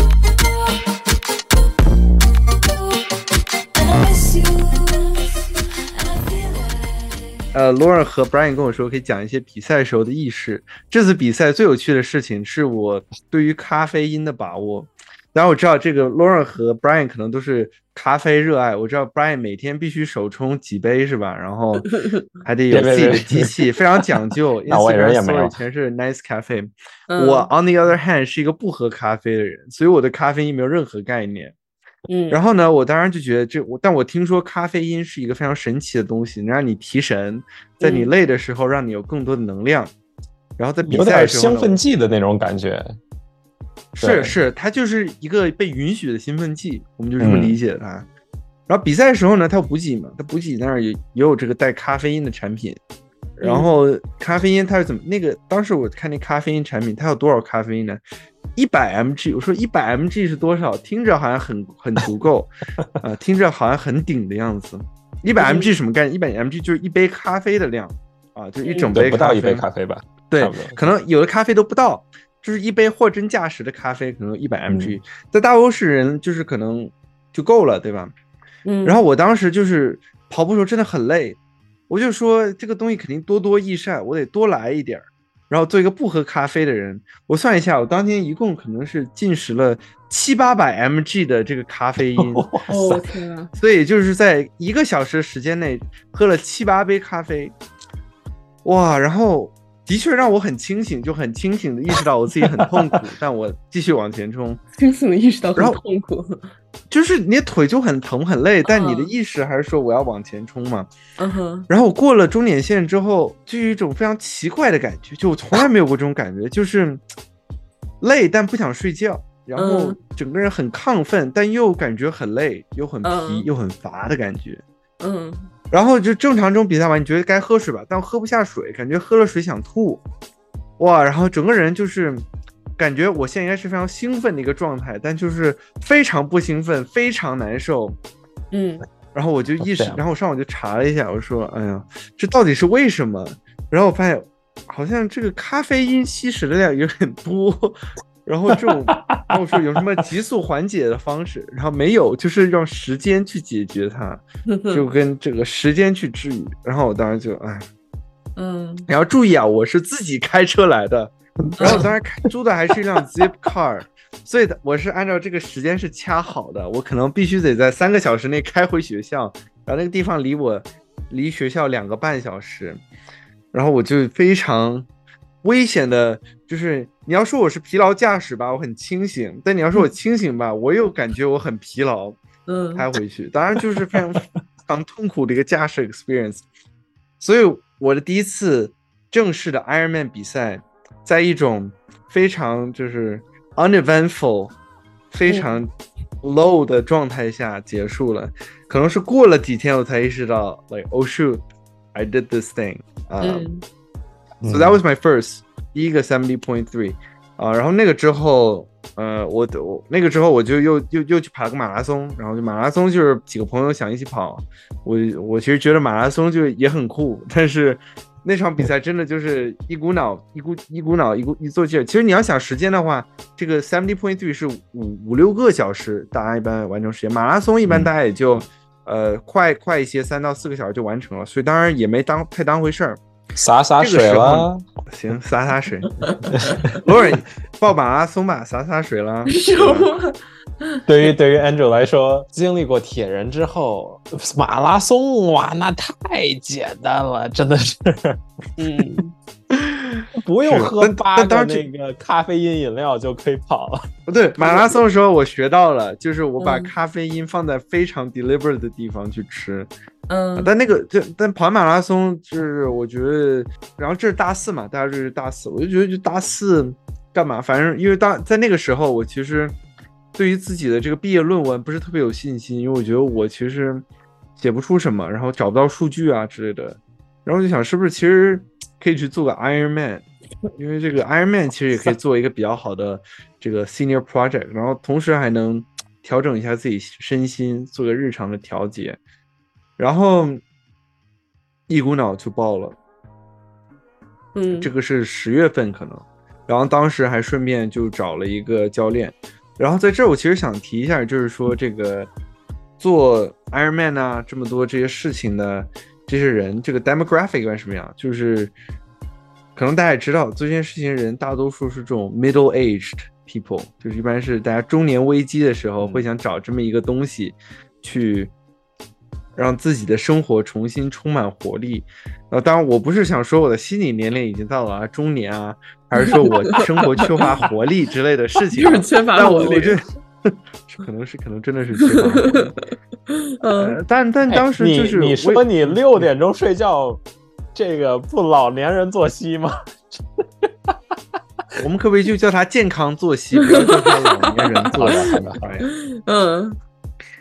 and I miss you, and I feel like Lauren 和 Brian 跟我说可以讲一些比赛时候的轶事。这次比赛最有趣的事情是我对于咖啡因的把握。当然我知道这个 Lauren 和 Brian 可能都是咖啡热爱，我知道 Brian 每天必须手冲几杯是吧，然后还得有自己的机器，非常讲究。 那我人也没有， 全是 Nice Cafe。我 on the other hand 是一个不喝咖啡的人，所以我对咖啡因没有任何概念。然后呢，我当然就觉得但我听说咖啡因是一个非常神奇的东西，能让你提神，在你累的时候让你有更多的能量。然后在比赛的时候，有点兴奋剂的那种感觉。 是，它就是一个被允许的兴奋剂，我们就这么理解它。然后比赛的时候呢，它有补给嘛，它补给那儿也有这个带咖啡因的产品。然后咖啡因它是怎么？那个当时我看那咖啡因产品，它有多少咖啡因呢？ 100mg，我说100mg是多少？听着好像很足够，听着好像很顶的样子。100mg 什么概念？100mg 就是一杯咖啡的量啊，就一整杯咖啡， 不到一杯咖啡吧？ 对，可能有的咖啡都不到，就是一杯货真价实的咖啡，可能100mg，在大多数人就是可能就够了，对吧？然后我当时就是跑步的时候真的很累，我就说这个东西肯定多多益善，我得多来一点。然后做一个不喝咖啡的人，我算一下，我当天一共可能是进食了700-800mg 的这个咖啡因。 哦天啊！ 所以就是在1个小时的时间内喝了7-8杯咖啡，哇！然后的确让我很清醒，就很清醒的意识到我自己很痛苦，但我继续往前冲。 清醒的意识到很痛苦， 就是你的腿就很疼很累，但你的意识还是说我要往前冲嘛。然后我过了终点线之后，就有一种非常奇怪的感觉，就我从来没有过这种感觉，就是累但不想睡觉，然后整个人很亢奋，但又感觉很累，又很疲，又很乏的感觉。然后就正常这种比赛完，你觉得该喝水吧，但我喝不下水，感觉喝了水想吐，哇！然后整个人就是感觉我现在应该是非常兴奋的一个状态，但就是非常不兴奋，非常难受。然后我就意识，然后我上网就查了一下，我说，哎呀，这到底是为什么？然后我发现好像这个咖啡因吸食的量有点多。然后这种，然后我说有什么急速缓解的方式，然后没有，就是让时间去解决它，就跟这个时间去治愈。然后我当时就然后注意啊，我是自己开车来的，然后我当时租的还是一辆 Zip Car， 所以我是按照这个时间是掐好的，我可能必须得在3个小时内开回学校，然后那个地方离学校2个半小时，然后我就非常危险的，就是你要说我是疲劳驾驶吧，我很清醒，但你要说我清醒吧，我又感觉我很疲劳，开回去，当然就是非常非常痛苦的一个驾驶 experience。所以我的第一次正式的 Ironman 比赛，在一种非常就是 uneventful、非常 low 的状态下结束了，可能是过了几天我才意识到 ，like oh shoot, I did this thing. So that was my first 第一个 70.3 然后那个之后我那个之后我就又去跑了个马拉松，然后就马拉松就是几个朋友想一起跑，我其实觉得马拉松就也很酷，但是那场比赛真的就是一股脑一做劲儿。其实你要想时间的话，这个 70.3 是5-6个小时，大家一般完成时间，马拉松一般大家也就快一些，3到4个小时就完成了，所以当然也没太当回事儿。 洒水了， 行，洒水。罗尔报马拉松吧，洒水了。 对于 Andrew 来说，经历过铁人之后，马拉松哇，那太简单了，真的是。不用喝8个那个咖啡因饮料就可以跑了。 对，马拉松的时候我学到了，就是我把咖啡因放在非常 deliberate 的地方去吃。但跑马拉松就是我觉得，然后这是大4嘛，大家这是大4，我就觉得就大4干嘛？反正因为在那个时候，我其实对于自己的这个毕业论文不是特别有信心，因为我觉得我其实写不出什么，然后找不到数据啊之类的，然后就想是不是其实可以去做个 Ironman， 因为这个 Ironman 其实也可以做一个比较好的这个 senior project， 然后同时还能调整一下自己身心，做个日常的调节。然后一股脑就报了，这个是10月份可能，然后当时还顺便就找了一个教练。然后在这儿我其实想提一下，就是说这个做 Ironman 啊这么多这些事情的这些人，这个 demographic 一般什么样，就是可能大家也知道做这件事情的人大多数是这种 middle aged people， 就是一般是大家中年危机的时候会想找这么一个东西去让自己的生活重新充满活力。当然我不是想说我的心理年龄已经到了中年啊，还是说我生活缺乏活力之类的事情， 就是缺乏活力。 但我觉得可能真的是缺乏活力。但当时就是你说你6点钟睡觉，这个不老年人作息吗？ 我们可不可以就叫他健康作息，不要叫他老年人作息？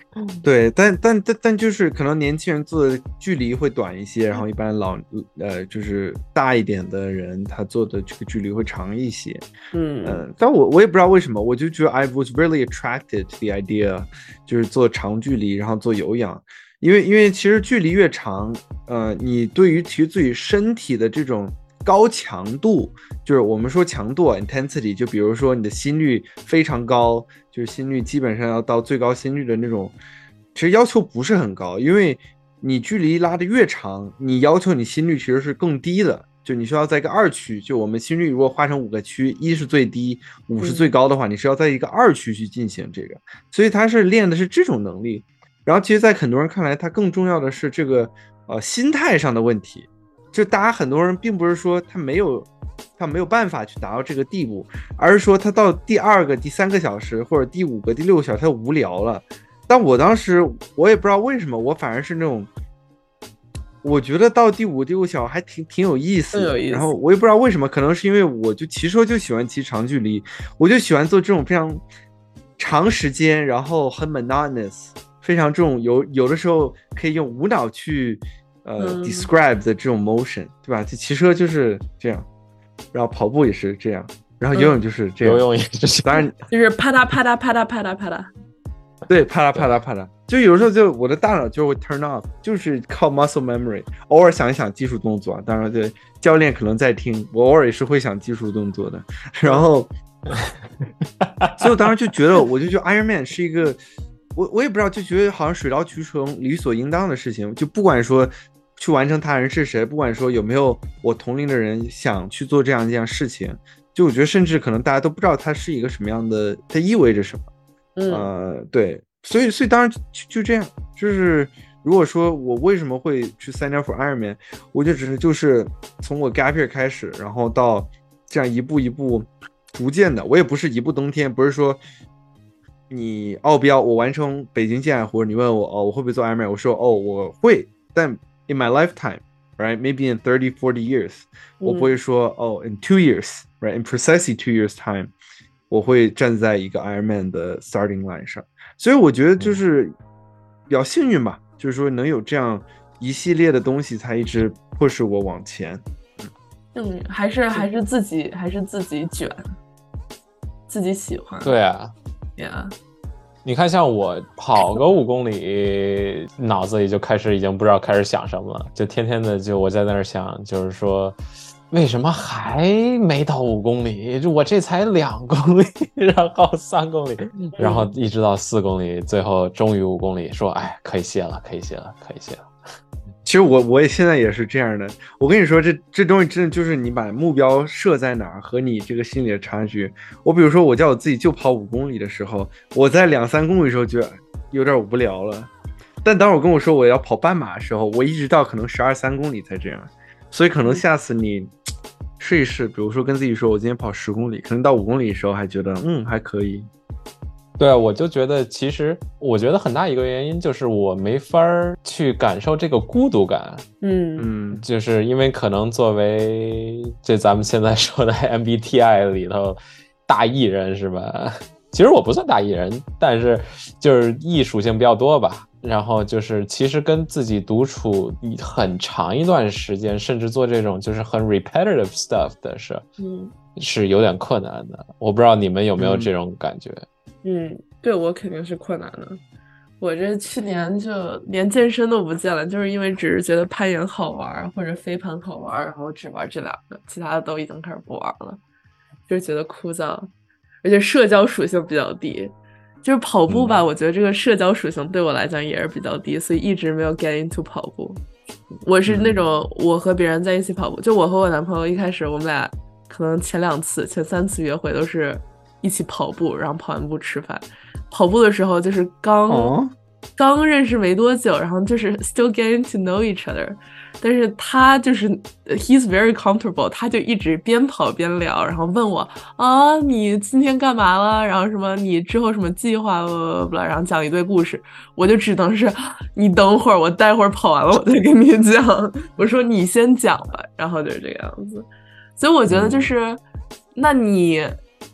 对，但就是可能年轻人做的距离会短一些，然后一般就是大一点的人，他做的这个距离会长一些。但我也不知道为什么，我就觉得 I was really attracted to the idea， 就是做长距离，然后做有氧，因为其实距离越长，你对于其实自己身体的这种高强度，就是我们说强度intensity， 就比如说你的心率非常高，就是心率基本上要到最高心率的那种，其实要求不是很高，因为你距离拉得越长，你要求你心率其实是更低的，就你需要在一个2区，就我们心率如果划成5个区，1是最低，5是最高的话，你是要在一个2区去进行这个，所以它是练的是这种能力。然后其实在很多人看来，它更重要的是这个心态上的问题。就大家很多人并不是说他没有办法去达到这个地步，而是说他到第2个、第3个小时或者第5个、第6个小时他无聊了。但我当时我也不知道为什么，我反而是那种，我觉得到第5、第6个小时还挺有意思的。然后我也不知道为什么，可能是因为我就骑车就喜欢骑长距离，我就喜欢做这种非常长时间，然后很 monotonous， 非常这种有的时候可以用无脑去describe 的这种 motion， 对吧？就骑车就是这样，然后跑步也是这样，然后游泳就是这样， 游泳也是， 当然就是啪嗒啪嗒啪嗒啪嗒啪嗒， 对，啪嗒啪嗒啪嗒，就有时候就我的大脑就会 turn off， 就是靠 muscle memory， 偶尔想一想技术动作，当然对教练可能在听，我偶尔也是会想技术动作的，然后，所以我当时就觉得，我就觉得 Ironman 是一个，我也不知道，就觉得好像水到渠成、理所应当的事情，就不管说去完成他人是谁，不管说有没有我同龄的人想去做这样事情，就我觉得甚至可能大家都不知道它是一个什么样的，它意味着什么。对，所以当然就这样，就是如果说我为什么会去sign up for Ironman， 我就只是就是从我 gap year 开始，然后到这样一步一步逐渐的，我也不是一步登天，不是说你奥标我完成北京健海湖，你问我我会不会做 Ironman， 我说我会，但 in my lifetime right maybe in 30-40 years， 我不会说in 2 years right in precisely 2 years time我会站在一个 Ironman 的 starting line 上，所以我觉得就是比较幸运吧，就是说能有这样一系列的东西才一直迫使我往前。 还是自己卷，自己喜欢。 对啊 ，Yeah。 你看，像我跑个5公里，脑子里就已经不知道开始想什么了，就天天的就我在那儿想，就是说。为什么还没到5公里？就我这才2公里，然后3公里，然后一直到4公里，最后终于5公里，说哎，可以歇了。 其实我也现在也是这样的。我跟你说，这东西真的就是你把目标设在哪儿和你这个心理的差距。我比如说，我叫我自己就跑5公里的时候，我在2-3公里的时候觉得有点无聊了。但当我跟我说我要跑半马的时候，我一直到可能12-13公里才这样。所以可能下次你试一试，比如说跟自己说我今天跑10公里，可能到5公里的时候还觉得还可以。 对啊，我就觉得其实我觉得很大一个原因就是我没法去感受这个孤独感。就是因为可能作为这咱们现在说的 MBTI 里头大 E 人是吧？其实我不算大 E 人，但是就是 E 属性比较多吧。然后就是其实跟自己独处很长一段时间，甚至做这种就是很 repetitive stuff 的事，是有点困难的。我不知道你们有没有这种感觉？ 对，我肯定是困难的。我这去年就连健身都不见了，就是因为只是觉得攀岩好玩或者飞盘好玩，然后只玩这2个，其他的都已经开始不玩了，就觉得枯燥，而且社交属性比较低。就是跑步吧，我觉得这个社交属性对我来讲也是比较低，所以一直没有 get into 跑步。我是那种我和别人在一起跑步，就我和我男朋友一开始我们俩可能前3次约会都是一起跑步，然后跑完步吃饭。跑步的时候就是刚认识没多久，然后就是 still getting to know each other， 但是他就是 he's very comfortable， 他就一直边跑边聊，然后问我你今天干嘛了，然后什么你之后什么计划然后讲一堆故事，我就只能是你等会儿，我待会儿跑完了我再跟你讲，我说你先讲吧，然后就是这个样子。所以我觉得就是那你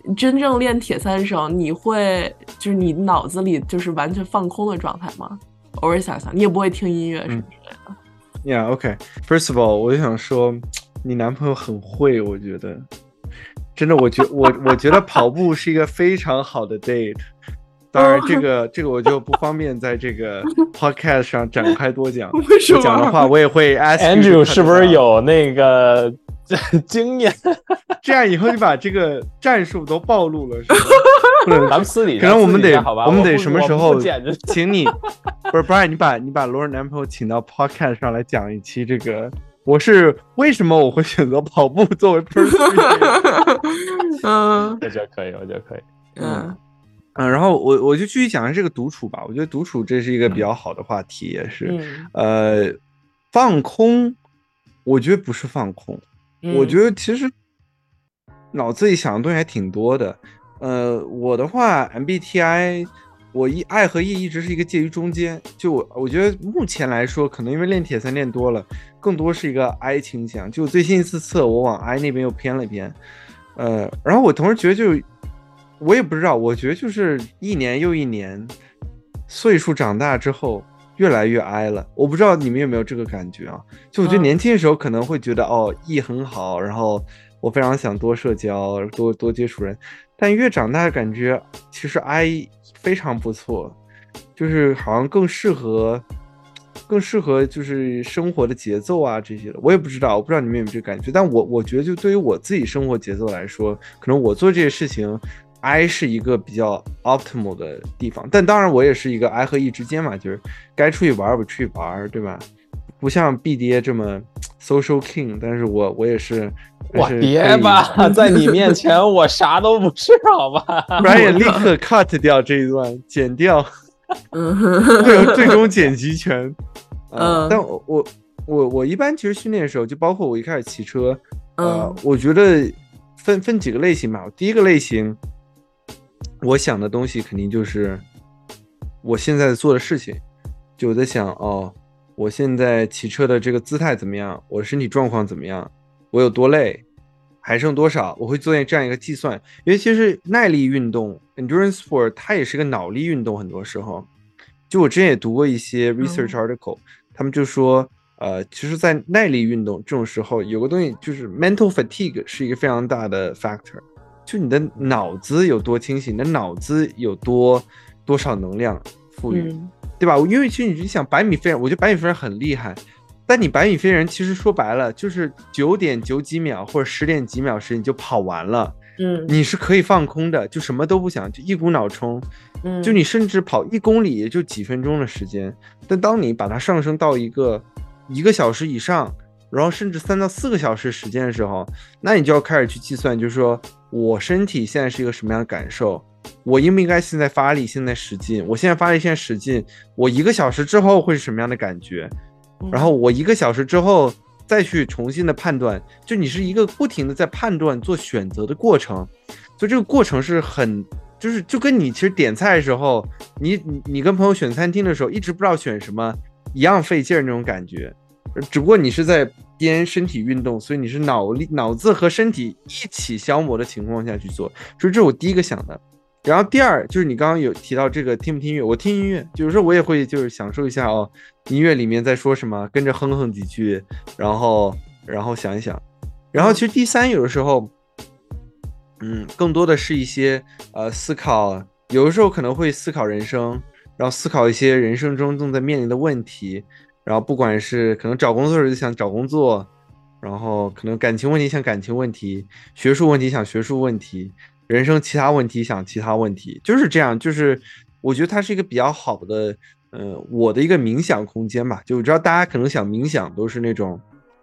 真正练铁三的时候，你会就是你脑子里就是完全放空的状态吗？偶尔想想，你也不会听音乐什么之类的。 Yeah, OK. First of all， 我就想说，你男朋友很会，我觉得，真的，我觉得跑步是一个非常好的 date。当然，这个我就不方便在这个 podcast 上展开多讲。 为什么？ 我讲的话，我也会 ask Andrew 是不是有那个经验？ 这样以后就把这个战术都暴露了，是吧？ 咱们私底下， 可能我们得好吧， 我们得什么时候请你？不是 Brian， 你把罗尔男朋友请到 podcast 上来讲一期这个。我是为什么我会选择跑步作为 pursuit？ 我觉得可以，我觉得可以。 然后我就继续讲这个独处吧。我觉得独处这是一个比较好的话题，也是。放空，我觉得不是放空，我觉得其实脑子里想的东西还挺多的。我的话 MBTI， 我爱和 E 一直是一个介于中间。就我觉得目前来说，可能因为练铁三练多了，更多是一个 I 倾向。就最新一次测，我往 I 那边又偏了偏。然后我同时觉得我也不知道，我觉得就是一年又一年，岁数长大之后越来越 I 了。我不知道你们有没有这个感觉啊？就我觉得年轻的时候可能会觉得E 很好，然后我非常想多社交，多接触人。但越长大感觉其实 I 非常不错，就是好像更适合就是生活的节奏啊这些的。我也不知道你们有没有这个感觉，但我觉得就对于我自己生活节奏来说，可能我做这些事情 I 是一个比较 optimal 的地方。但当然我也是一个 I 和 E 之间嘛，就是该出去玩不出去玩，对吧？不像 B 爹这么 social king， 但是我也是。 我别吧，在你面前我啥都不是，好吧？ 不然也立刻 cut 掉这一段，剪掉，会有最终剪辑权。但我一般其实训练的时候，就包括我一开始骑车，我觉得分几个类型吧。第一个类型，我想的东西肯定就是我现在做的事情，就我在想我现在骑车的这个姿态怎么样，我的身体状况怎么样，我有多累，还剩多少，我会做这样一个计算。因为其实耐力运动 endurance sport 它也是个脑力运动，很多时候就我之前也读过一些 research article，他们就说其实在耐力运动这种时候有个东西就是 mental fatigue 是一个非常大的 factor， 就你的脑子有多清醒，你的脑子有多少能量赋予，对吧？因为其实你想100米飞人，我觉得100米飞人很厉害，但你100米飞人其实说白了就是9点9几秒或者10点几秒时你就跑完了，你是可以放空的，就什么都不想，就一股脑冲，就你甚至跑1公里也就几分钟的时间。但当你把它上升到1个小时以上，然后甚至3到4个小时时间的时候，那你就要开始去计算，就是说我身体现在是一个什么样的感受，我应不应该现在发力，现在使劲，我现在发力现在使劲，我1个小时之后会是什么样的感觉，然后我1个小时之后再去重新的判断，就你是一个不停的在判断做选择的过程。所以这个过程是很就跟你其实点菜的时候，你跟朋友选餐厅的时候一直不知道选什么一样费劲那种感觉，只不过你是在边身体运动，所以你是脑子和身体一起消磨的情况下去做，所以这是我第一个想的。然后第二就是你刚刚有提到这个听不听音乐，我听音乐，有时候我也会就是享受一下音乐里面在说什么，跟着哼哼几句，然后想一想。然后其实第三有的时候更多的是一些思考，有的时候可能会思考人生，然后思考一些人生中正在面临的问题，然后不管是可能找工作的时候就想找工作，然后可能感情问题想感情问题，学术问题想学术问题，人生其他问题想其他问题，就是这样。就是我觉得它是一个比较好的我的一个冥想空间吧。就我知道大家可能想冥想都是那种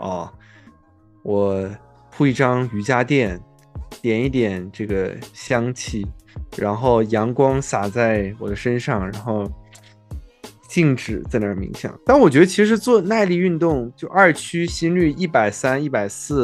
我铺一张瑜伽垫，点一点这个香气，然后阳光洒在我的身上，然后静止在那儿冥想。但我觉得其实做耐力运动，就2区心率130、140，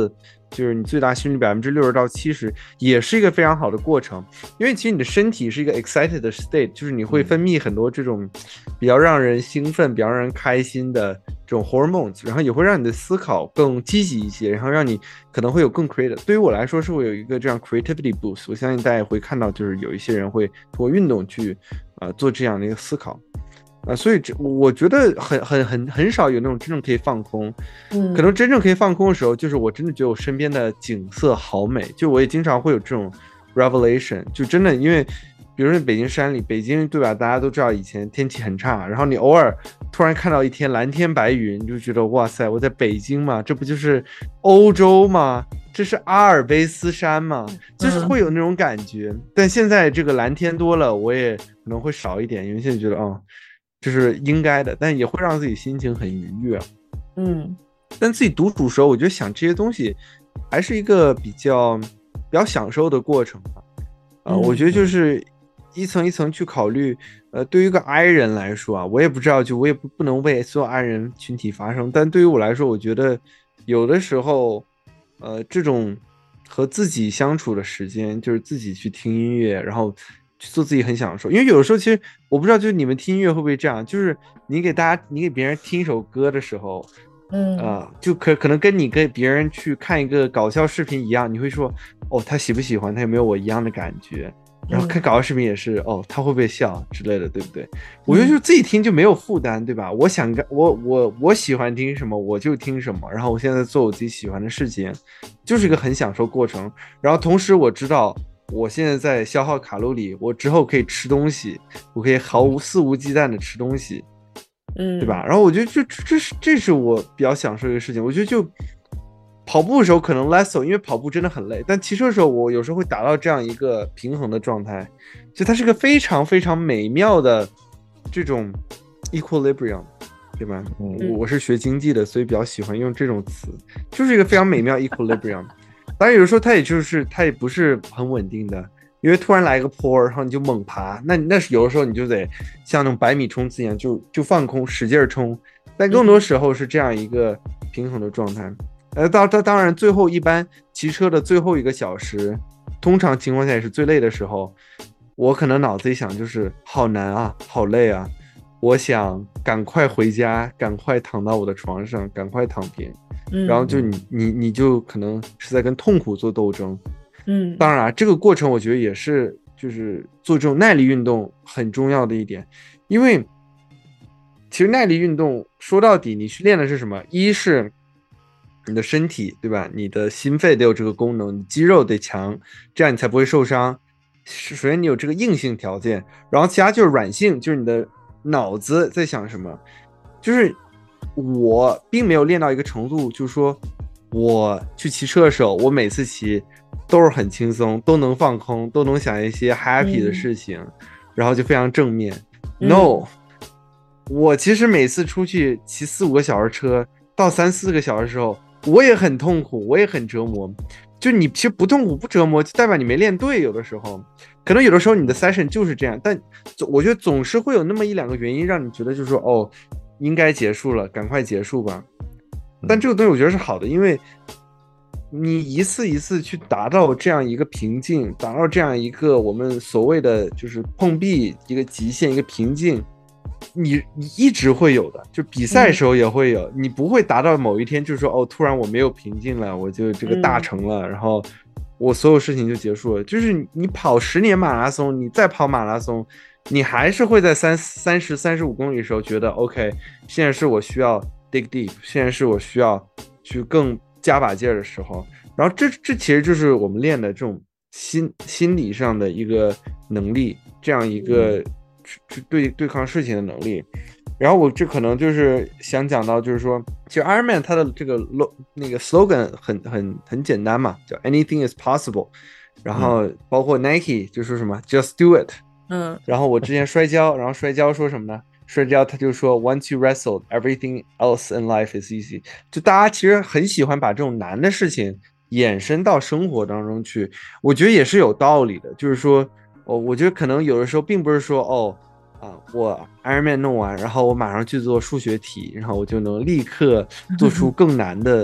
就是你最大心率60%到70%，也是一个非常好的过程。因为其实你的身体是一个 excited 的 state， 就是你会分泌很多这种比较让人兴奋、比较让人开心的这种 hormones， 然后也会让你的思考更积极一些，然后让你可能会有更 creative。对于我来说是会有一个这样 creativity boost。我相信大家也会看到，就是有一些人会通过运动去做这样的一个思考。所以我觉得很少有那种真正可以放空，可能真正可以放空的时候，就是我真的觉得我身边的景色好美，就我也经常会有这种 revelation， 就真的因为比如说北京山里，北京对吧，大家都知道以前天气很差，然后你偶尔突然看到一天蓝天白云，你就觉得哇塞，我在北京嘛，这不就是欧洲吗？这是阿尔卑斯山嘛，就是会有那种感觉。但现在这个蓝天多了，我也可能会少一点，因为现在觉得这是应该的，但也会让自己心情很愉悦。但自己独处的时候，我觉得想这些东西还是一个比较享受的过程吧。我觉得就是一层一层去考虑。对于一个 I 人来说啊，我也不知道，就我也不能为所有 I 人群体发声，但对于我来说，我觉得有的时候，这种和自己相处的时间，就是自己去听音乐，然后去做自己很享受。因为有的时候其实我不知道，就是你们听音乐会不会这样，就是你给别人听一首歌的时候，就可能跟你跟别人去看一个搞笑视频一样，你会说他喜不喜欢，他有没有我一样的感觉，然后看搞笑视频也是他会不会笑之类的，对不对？我觉得就自己听就没有负担，对吧？我想我喜欢听什么我就听什么，然后我现在做我自己喜欢的事情，就是一个很享受过程。然后同时我知道我现在在消耗卡路里，我之后可以吃东西，我可以肆无忌惮的吃东西，对吧？然后我觉得这是我比较享受的一个事情。我觉得就跑步的时候可能 less so， 因为跑步真的很累，但骑车的时候我有时候会达到这样一个平衡的状态，就它是个非常非常美妙的这种 equilibrium， 对吧？我是学经济的，所以比较喜欢用这种词，就是一个非常美妙 equilibrium。当然有的时候它也不是很稳定的，因为突然来一个坡，然后你就猛爬，那是有的时候你就得像那种100米冲刺一样，就放空使劲冲。但更多时候是这样一个平衡的状态。当然最后一般骑车的最后1个小时，通常情况下也是最累的时候，我可能脑子里想就是好难啊，好累啊，我想赶快回家，赶快躺到我的床上，赶快躺平。然后就你就可能是在跟痛苦做斗争。当然这个过程我觉得也是就是做这种耐力运动很重要的一点。因为其实耐力运动说到底你去练的是什么？一是你的身体，对吧？你的心肺得有这个功能，你肌肉得强，这样你才不会受伤。首先你有这个硬性条件，然后其他就是软性，就是你的脑子在想什么。就是我并没有练到一个程度，就是说我去骑车的时候，我每次骑都是很轻松，都能放空，都能想一些 happy 的事情，然后就非常正面。No， 我其实每次出去骑4、5个小时车到3、4个小时的时候，我也很痛苦，我也很折磨。就你其实不痛苦不折磨，就代表你没练对。有的时候可能有的时候你的 session 就是这样，但我觉得总是会有那么1、2个原因让你觉得就是说应该结束了，赶快结束吧。但这个东西我觉得是好的，因为你一次一次去达到这样一个瓶颈，达到这样一个我们所谓的就是碰壁一个极限一个瓶颈，你一直会有的，就比赛的时候也会有，你不会达到某一天就是说突然我没有瓶颈了，我就这个大成了，然后我所有事情就结束了。就是你跑10年马拉松，你再跑马拉松，你还是会在30、35公里的时候觉得 OK， 现在是我需要 dig deep， 现在是我需要去更加把劲儿的时候。然后这其实就是我们练的这种心理上的一个能力，这样一个对抗事情的能力。然后我这可能就是想讲到，就是说其实 Ironman 它的这个那个 slogan 很简单嘛，叫 Anything is possible。然后包括 Nike 就说什么 Just do it。然后我之前摔跤，然后摔跤说什么呢？摔跤他就说 Once you wrestled, everything else in life is easy。就大家其实很喜欢把这种难的事情延伸到生活当中去，我觉得也是有道理的。就是说我觉得可能有的时候并不是说我 Ironman 弄完，然后我马上去做数学题，然后我就能立刻做出更难的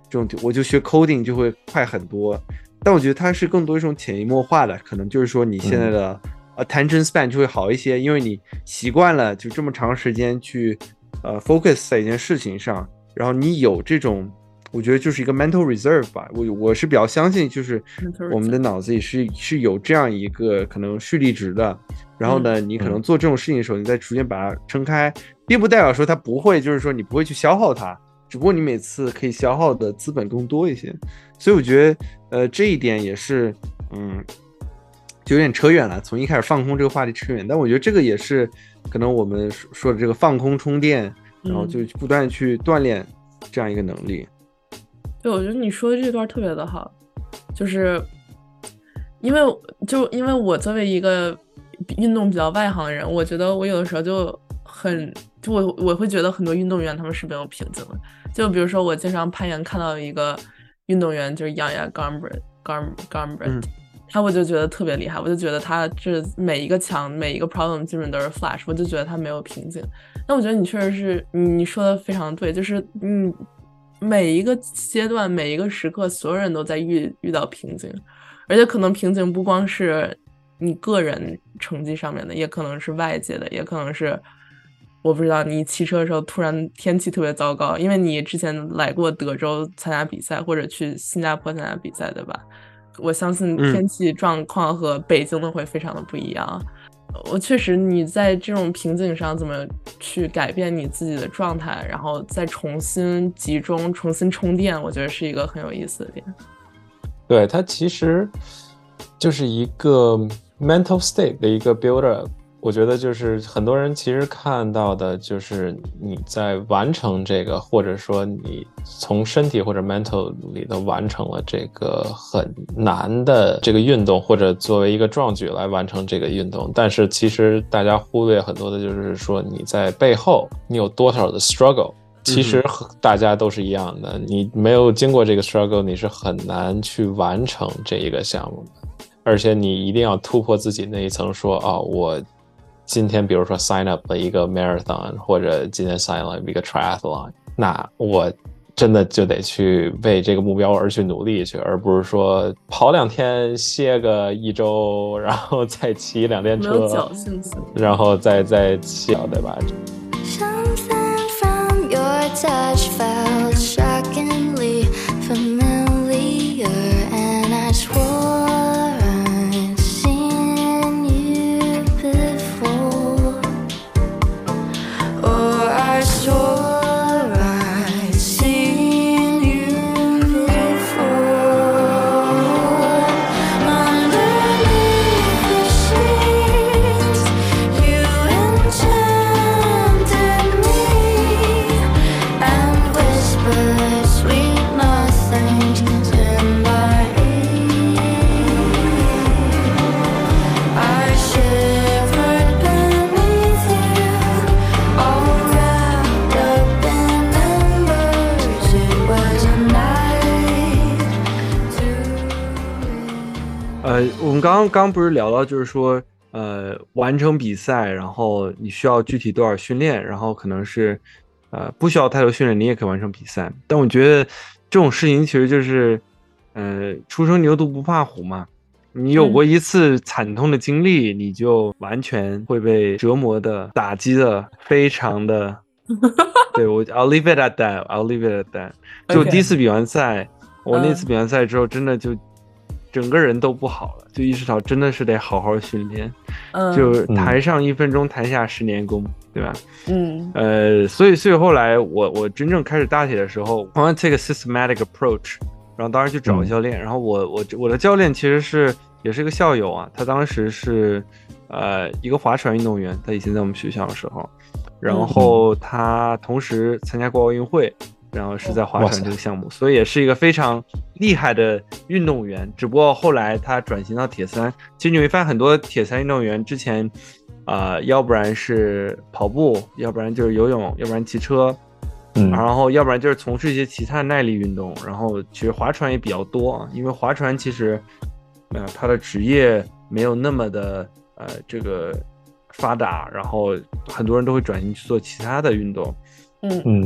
这种我就学 coding 就会快很多。但我觉得它是更多一种潜移默化的，可能就是说你现在的attention span 就会好一些，因为你习惯了就这么长时间去focus 在一件事情上，然后你有这种，我觉得就是一个 mental reserve 吧。我是比较相信，就是我们的脑子里是有这样一个可能蓄力值的。然后呢，你可能做这种事情的时候，你再逐渐把它撑开，并不代表说它不会，就是说你不会去消耗它，只不过你每次可以消耗的资本更多一些。所以我觉得，这一点也是，就有点扯远了，从一开始放空这个话题扯远。但我觉得这个也是可能我们说的这个放空充电，然后就不断去锻炼这样一个能力。 对，我觉得你说的这段特别的好，就是因为我作为一个运动比较外行的人，我觉得我有的时候我会觉得很多运动员他们是没有瓶颈的。就比如说我经常攀岩看到一个运动员，就是 Yaya Gambrit，我就觉得特别厉害，我就觉得他这每一个墙每一个 problem 基本都是 flash， 我就觉得他没有瓶颈。那我觉得你确实是你说的非常对，就是每一个阶段每一个时刻所有人都在遇到瓶颈，而且可能瓶颈不光是你个人成绩上面的，也可能是外界的，也可能是我不知道你骑车的时候突然天气特别糟糕，因为你之前来过德州参加比赛或者去新加坡参加比赛，对吧？我相信天气状况和北京的会非常的不一样。我确实你在这种瓶颈上怎么去改变你自己的状态，然后再重新集中重新充电，我觉得是一个很有意思的点。 对，它其实就是一个 mental state 的一个 build up。我觉得就是很多人其实看到的就是你在完成这个，或者说你从身体或者 mental 里头完成了这个很难的这个运动，或者作为一个壮举来完成这个运动。但是其实大家忽略很多的就是说你在背后你有多少的 struggle。其实大家都是一样的，你没有经过这个 struggle， 你是很难去完成这一个项目的。而且你一定要突破自己那一层，说我今天比如说 sign up 了一个 marathon， 或者今天 sign up 一个 triathlon， 那我真的就得去为这个目标而去努力去，而不是说跑2天歇个1周，然后再骑2天车， 没有侥幸心， 然后再骑，对吧 ？Touch felt shockingly familiar, and I swore I'd seen you before, or I swore I'd seen you before. Underneath the sheets, you enchanted me.And whispered sweet nothings in my ear. I shivered beneath you, all wrapped up in embers. It was a night to 我们刚不是聊到就是说完成比赛，然后你需要具体多少训练，然后可能是不需要太多训练，你也可以完成比赛。但我觉得这种事情其实就是初生牛犊不怕虎嘛。你有过一次惨痛的经历，你就完全会被折磨的、打击的非常的对，I'll leave it at that。就第一次比完赛，我那次比完赛之后，真的就整个人都不好了，就意识到真的是得好好训练。就台上1分钟，台下10年功，对吧？所以后来我真正开始打铁的时候，我要 take a systematic approach， 然后当时去找教练，然后我的教练其实也是一个校友啊，他当时是一个划船运动员，他以前在我们学校的时候，然后他同时参加过奥运会，然后是在划船这个项目，所以也是一个非常厉害的运动员。只不过后来他转型到铁三，其实你会发现很多铁三运动员之前要不然是跑步，要不然就是游泳，要不然骑车，然后要不然就是从事一些其他耐力运动。然后其实划船也比较多啊，因为划船其实它的职业没有那么的这个发达，然后很多人都会转型去做其他的运动。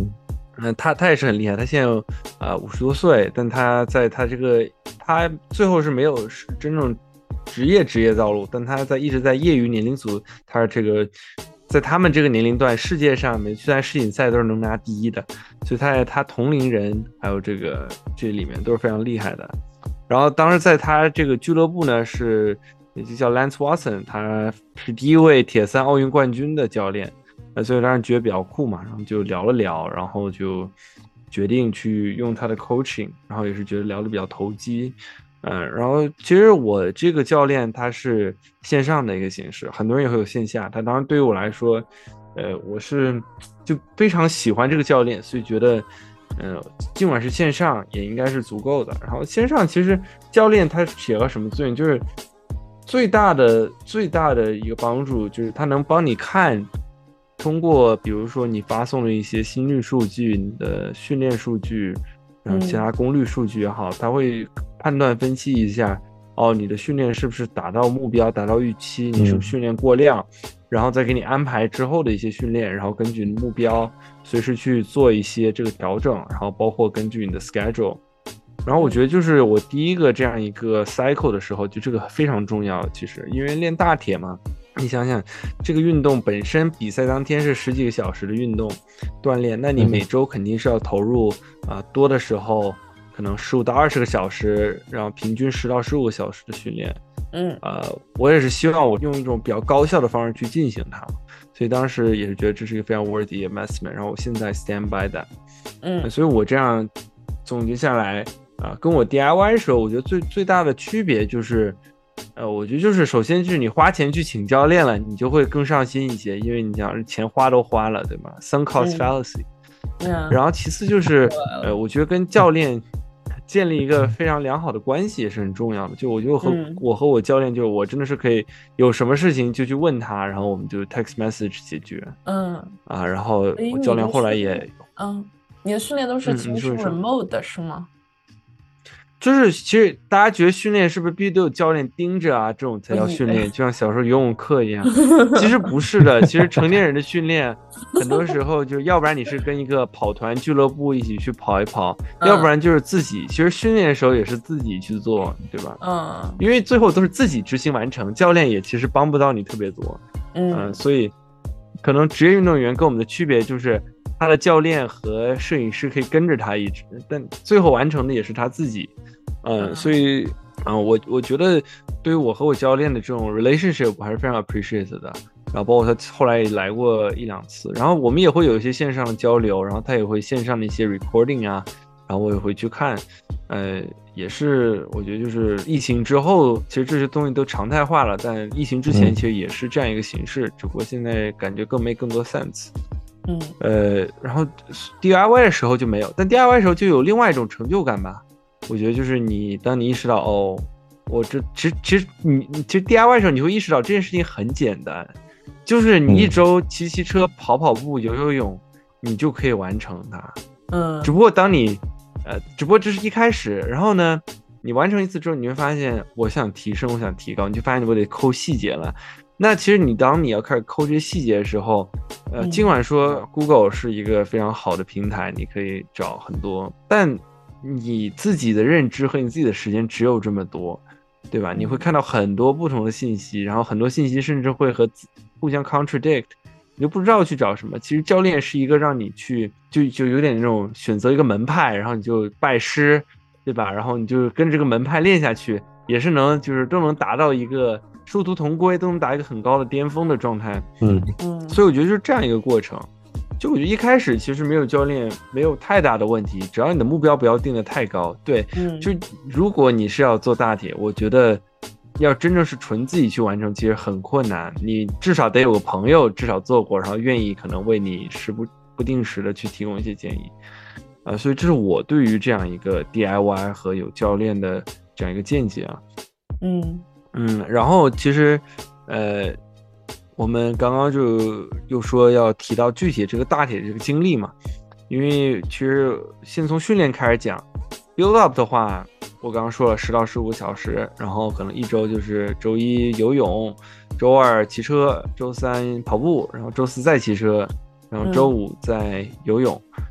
他也是很厉害，他现在50多岁，但他在他最后是没有真正职业道路，但他一直在业余年龄组，他这个在他们这个年龄段，世界上每次在世锦赛都是能拿第一的，所以他同龄人还有这里面都是非常厉害的。然后当时在他这个俱乐部呢也就叫 Lance Watson， 他是第一位铁三奥运冠军的教练，所以当时觉得比较酷嘛，然后就聊了聊，然后就决定去用他的 coaching， 然后也是觉得聊得比较投机。然后其实我这个教练他是线上的一个形式，很多人也会有线下，他当然对于我来说，我是就非常喜欢这个教练，所以觉得尽管是线上也应该是足够的。然后线上其实教练他起了什么作用，就是最大的一个帮助就是他能帮你看，通过比如说你发送了一些心率数据、你的训练数据，然后其他功率数据也好，他会判断分析一下，你的训练是不是达到目标、达到预期，你是不是训练过量，然后再给你安排之后的一些训练，然后根据目标随时去做一些这个调整，然后包括根据你的 schedule。然后我觉得就是我第一个这样一个 cycle 的时候，就这个非常重要。其实因为练大铁嘛，你想想这个运动本身比赛当天是10几个小时的运动锻炼，那你每周肯定是要投入多的时候可能15到20个小时，然后平均10到15个小时的训练。我也是希望我用一种比较高效的方式去进行它，所以当时也是觉得这是一个非常 worthy investment， 然后我现在 stand by that。所以我这样总结下来跟我 DIY 的时候，我觉得最大的区别就是我觉得就是首先就是你花钱去请教练了，你就会更上心一些，因为你讲钱花都花了，对吗？ Sunk cost fallacy。然后其次就是我觉得跟教练建立一个非常良好的关系也是很重要的。就我觉得我和我教练，就我真的是可以有什么事情就去问他，然后我们就 text message 解决。然后我教练后来也你的训练都是其实是 remote 的是吗？ 就是其实大家觉得训练是不是必须都有教练盯着啊，这种才叫训练，就像小时候游泳课一样。其实不是的，其实成年人的训练很多时候就要不然你是跟一个跑团俱乐部一起去跑一跑，要不然就是自己。其实训练的时候也是自己去做，对吧？因为最后都是自己执行完成，教练也其实帮不到你特别多。所以可能职业运动员跟我们的区别就是他的教练和摄影师可以跟着他一直，但最后完成的也是他自己。所以我觉得对于我和我教练的这种 relationship 我还是非常 appreciate 的。然后包括他后来也来过1-2次，然后我们也会有一些线上的交流，然后他也会线上的一些 recording 啊，然后我也会去看。也是我觉得就是疫情之后其实这些东西都常态化了，但疫情之前其实也是这样一个形式，只不过现在感觉更多 sense。然后 DIY 的时候就没有，但 DIY 的时候就有另外一种成就感吧。我觉得就是当你意识到我这其实 DIY 的时候你会意识到这件事情很简单，就是你一周骑车、跑步、游泳，你就可以完成它。只不过只不过这是一开始，然后呢，你完成一次之后，你会发现我想提升，我想提高，你就发现我得抠细节了。那其实当你要开始抠这些细节的时候，尽管说 Google 是一个非常好的平台，你可以找很多，但你自己的认知和你自己的时间只有这么多，对吧？你会看到很多不同的信息，然后很多信息甚至会互相 contradict， 你就不知道去找什么。其实教练是一个让你去就有点那种选择一个门派，然后你就拜师，对吧？然后你就跟这个门派练下去，也是就是都能达到一个殊途同归，都能达一个很高的巅峰的状态。所以我觉得就是这样一个过程。就我觉得一开始其实没有教练没有太大的问题，只要你的目标不要定得太高。对，就如果你是要做大铁，我觉得要真正是纯自己去完成其实很困难，你至少得有个朋友至少做过，然后愿意可能为你不定时的去提供一些建议。所以这是我对于这样一个 DIY 和有教练的这样一个见解啊。然后其实我们刚刚就又说要提到具体这个大铁这个经历嘛，因为其实先从训练开始讲 build up 的话，我刚刚说了10到15个小时，然后可能一周就是周一游泳，周二骑车，周三跑步，然后周四再骑车，然后周五再游泳。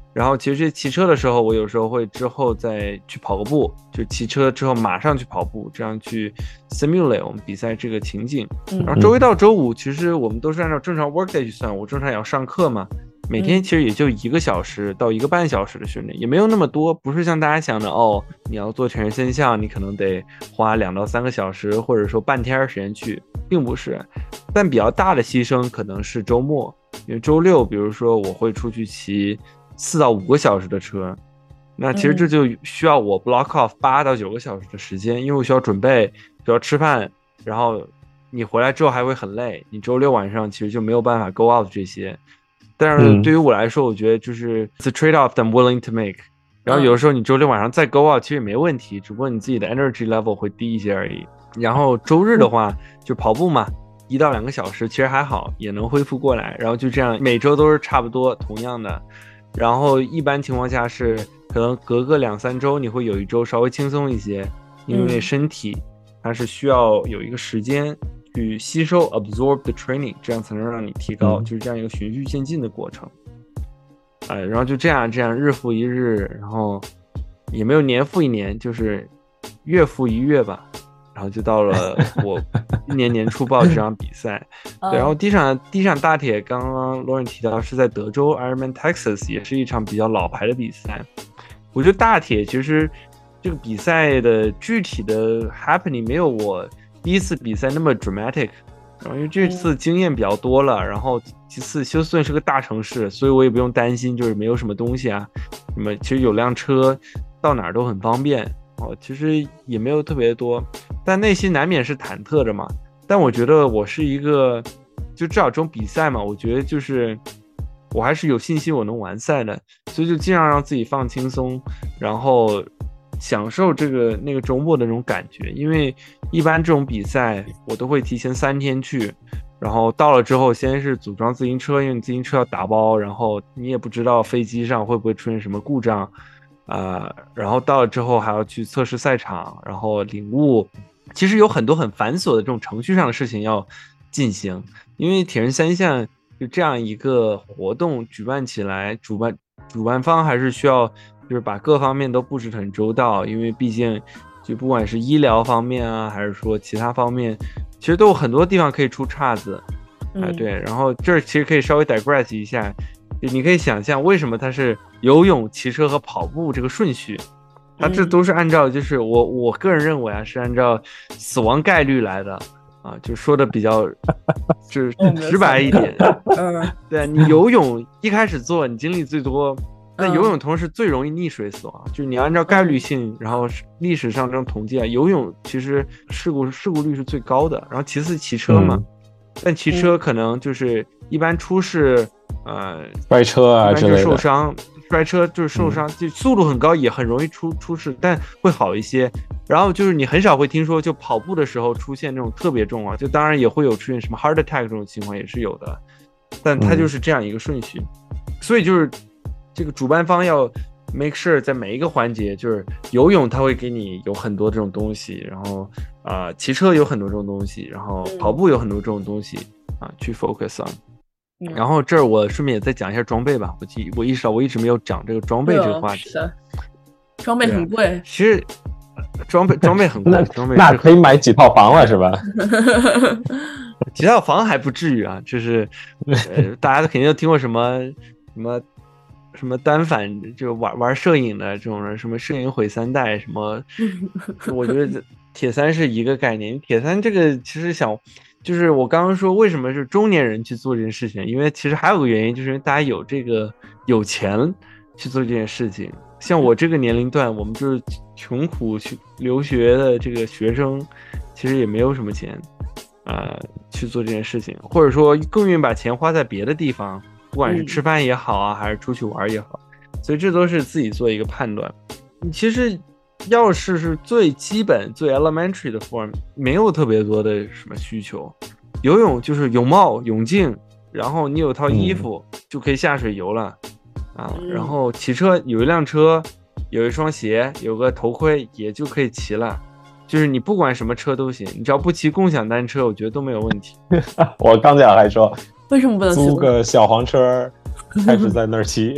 然后其实骑车的时候，我有时候会之后再去跑个步，就骑车之后马上去跑步，这样去 simulate 我们比赛这个情景。然后周一到周五，其实我们都是按照正常 workday 去算，我正常也要上课嘛，每天其实也就1个小时到1个半小时的训练，也没有那么多，不是像大家想的哦，你要做全身项，你可能得花2到3个小时，或者说半天时间去，并不是。但比较大的牺牲可能是周末，因为周六，比如说我会出去骑4到5个小时的车，那其实这就需要我 block off 8到9个小时的时间，因为我需要准备，需要吃饭，然后你回来之后还会很累，你周六晚上其实就没有办法 go out 这些。但是对于我来说，我觉得就是 it's a trade off that I'm willing to make。然后有的时候你周六晚上再 go out 其实也没问题，只不过你自己的 energy level 会低一些而已。然后周日的话就跑步嘛，1到2个小时其实还好，也能恢复过来。然后就这样每周都是差不多同样的。然后一般情况下是可能隔个2、3周你会有一周稍微轻松一些，因为身体它是需要有一个时间去吸收 absorb the training， 这样才能让你提高，就是这样一个循序渐进的过程。然后就这样日复一日，然后也没有年复一年，就是月复一月吧。然后就到了我今年年初报这场比赛。对，然后第一场大铁，刚刚 Lauren 提到是在德州 Ironman Texas， 也是一场比较老牌的比赛。我觉得大铁其实这个比赛的具体的 happening 没有我第一次比赛那么 dramatic， 然后因为这次经验比较多了，然后其次休斯顿是个大城市，所以我也不用担心就是没有什么东西啊，什么其实有辆车到哪儿都很方便其实也没有特别多，但内心难免是忐忑的嘛。但我觉得我是一个，就至少这种比赛嘛，我觉得就是我还是有信心我能完赛的，所以就尽量让自己放轻松，然后享受那个周末的那种感觉。因为一般这种比赛我都会提前3天去，然后到了之后先是组装自行车，因为你自行车要打包，然后你也不知道飞机上会不会出现什么故障然后到了之后还要去测试赛场，然后领悟，其实有很多很繁琐的这种程序上的事情要进行。因为铁人3项就这样一个活动举办起来，主办方还是需要就是把各方面都布置得很周到，因为毕竟就不管是医疗方面啊，还是说其他方面，其实都有很多地方可以出岔子对。然后这儿其实可以稍微 digress 一下，你可以想象为什么它是游泳、骑车和跑步这个顺序，它这都是按照就是我个人认为是按照死亡概率来的就说的比较就是直白一点对，你游泳一开始做你精力最多，那游泳同时最容易溺水死亡，就是你按照概率性，然后历史上这种统计游泳其实事故率是最高的，然后其次骑车嘛，但骑车可能就是一般出事摔车之类的， 受伤，摔车就是受伤，就速度很高也很容易出事，但会好一些。然后就是你很少会听说就跑步的时候出现这种特别重就当然也会有出现什么 heart attack 这种情况也是有的，但它就是这样一个顺序。所以就是这个主办方要 make sure 在每一个环节，就是游泳它会给你有很多这种东西，然后骑车有很多这种东西，然后跑步有很多这种东西去 focus on。然后这儿我顺便也再讲一下装备吧，我意识到我一直没有讲这个装备这个话题。 装备很贵， 其实装备很贵，装备那可以买几套房了是吧？ 几套房还不至于就是大家都肯定都听过什么单反，就玩摄影的这种人，什么摄影毁3代什么，我觉得铁三是一个概念。铁三这个其实就是我刚刚说为什么是中年人去做这件事情，因为其实还有个原因，就是因为大家有钱去做这件事情。像我这个年龄段，我们就是穷苦去留学的这个学生，其实也没有什么钱去做这件事情，或者说更愿意把钱花在别的地方，不管是吃饭也好还是出去玩也好，所以这都是自己做一个判断。其实要是最基本最 elementary 的 form， 没有特别多的什么需求。游泳就是泳帽泳镜，然后你有套衣服就可以下水游了然后骑车有一辆车，有一双鞋，有个头盔也就可以骑了。就是你不管什么车都行，你只要不骑共享单车，我觉得都没有问题。 我刚才还说为什么不能租个小黄车开始在那儿骑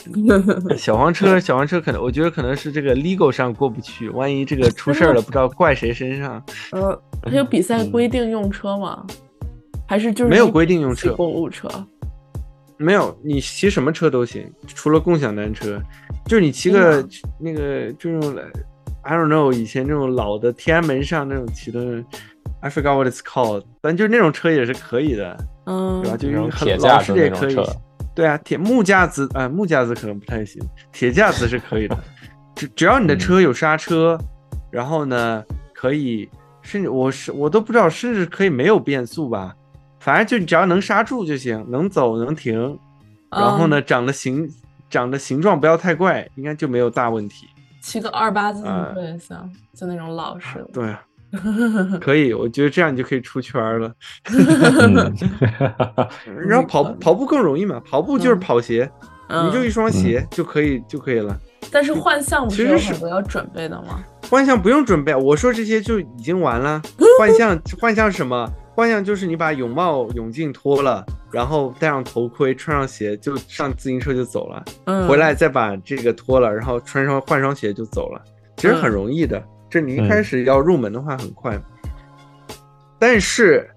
小黄车可能，我觉得可能是这个 legal 上过不去，万一这个出事儿了，不知道怪谁身上。 它有比赛规定用车吗？还是就是没有规定用车骑公路车？ 没有，你骑什么车都行，除了共享单车，就是你骑个那个这种 I don't know 以前那种老的天安门上那种骑的 I forgot what it's called， 但就是那种车也是可以的，对吧？就是很老式的也可以。对啊，木架子可能不太行，铁架子是可以的。只要你的车有刹车，然后呢可以，甚至我都不知道，甚至可以没有变速吧，反正就你只要能刹住就行，能走能停，然后呢长的形状不要太怪，应该就没有大问题。 骑个2.8自行车也行，就那种老式的。 对。可以，我觉得这样你就可以出圈了。然后跑步更容易嘛，跑步就是跑鞋，你就一双鞋就可以了。 但是换项不是有很多要准备的吗？ 换项不用准备，我说这些就已经完了。换项是什么？换项就是你把泳帽、泳镜脱了，然后戴上头盔，穿上鞋，就上自行车就走了。回来再把这个脱了，然后换双鞋就走了。其实很容易的。这你一开始要入门的话很快，但是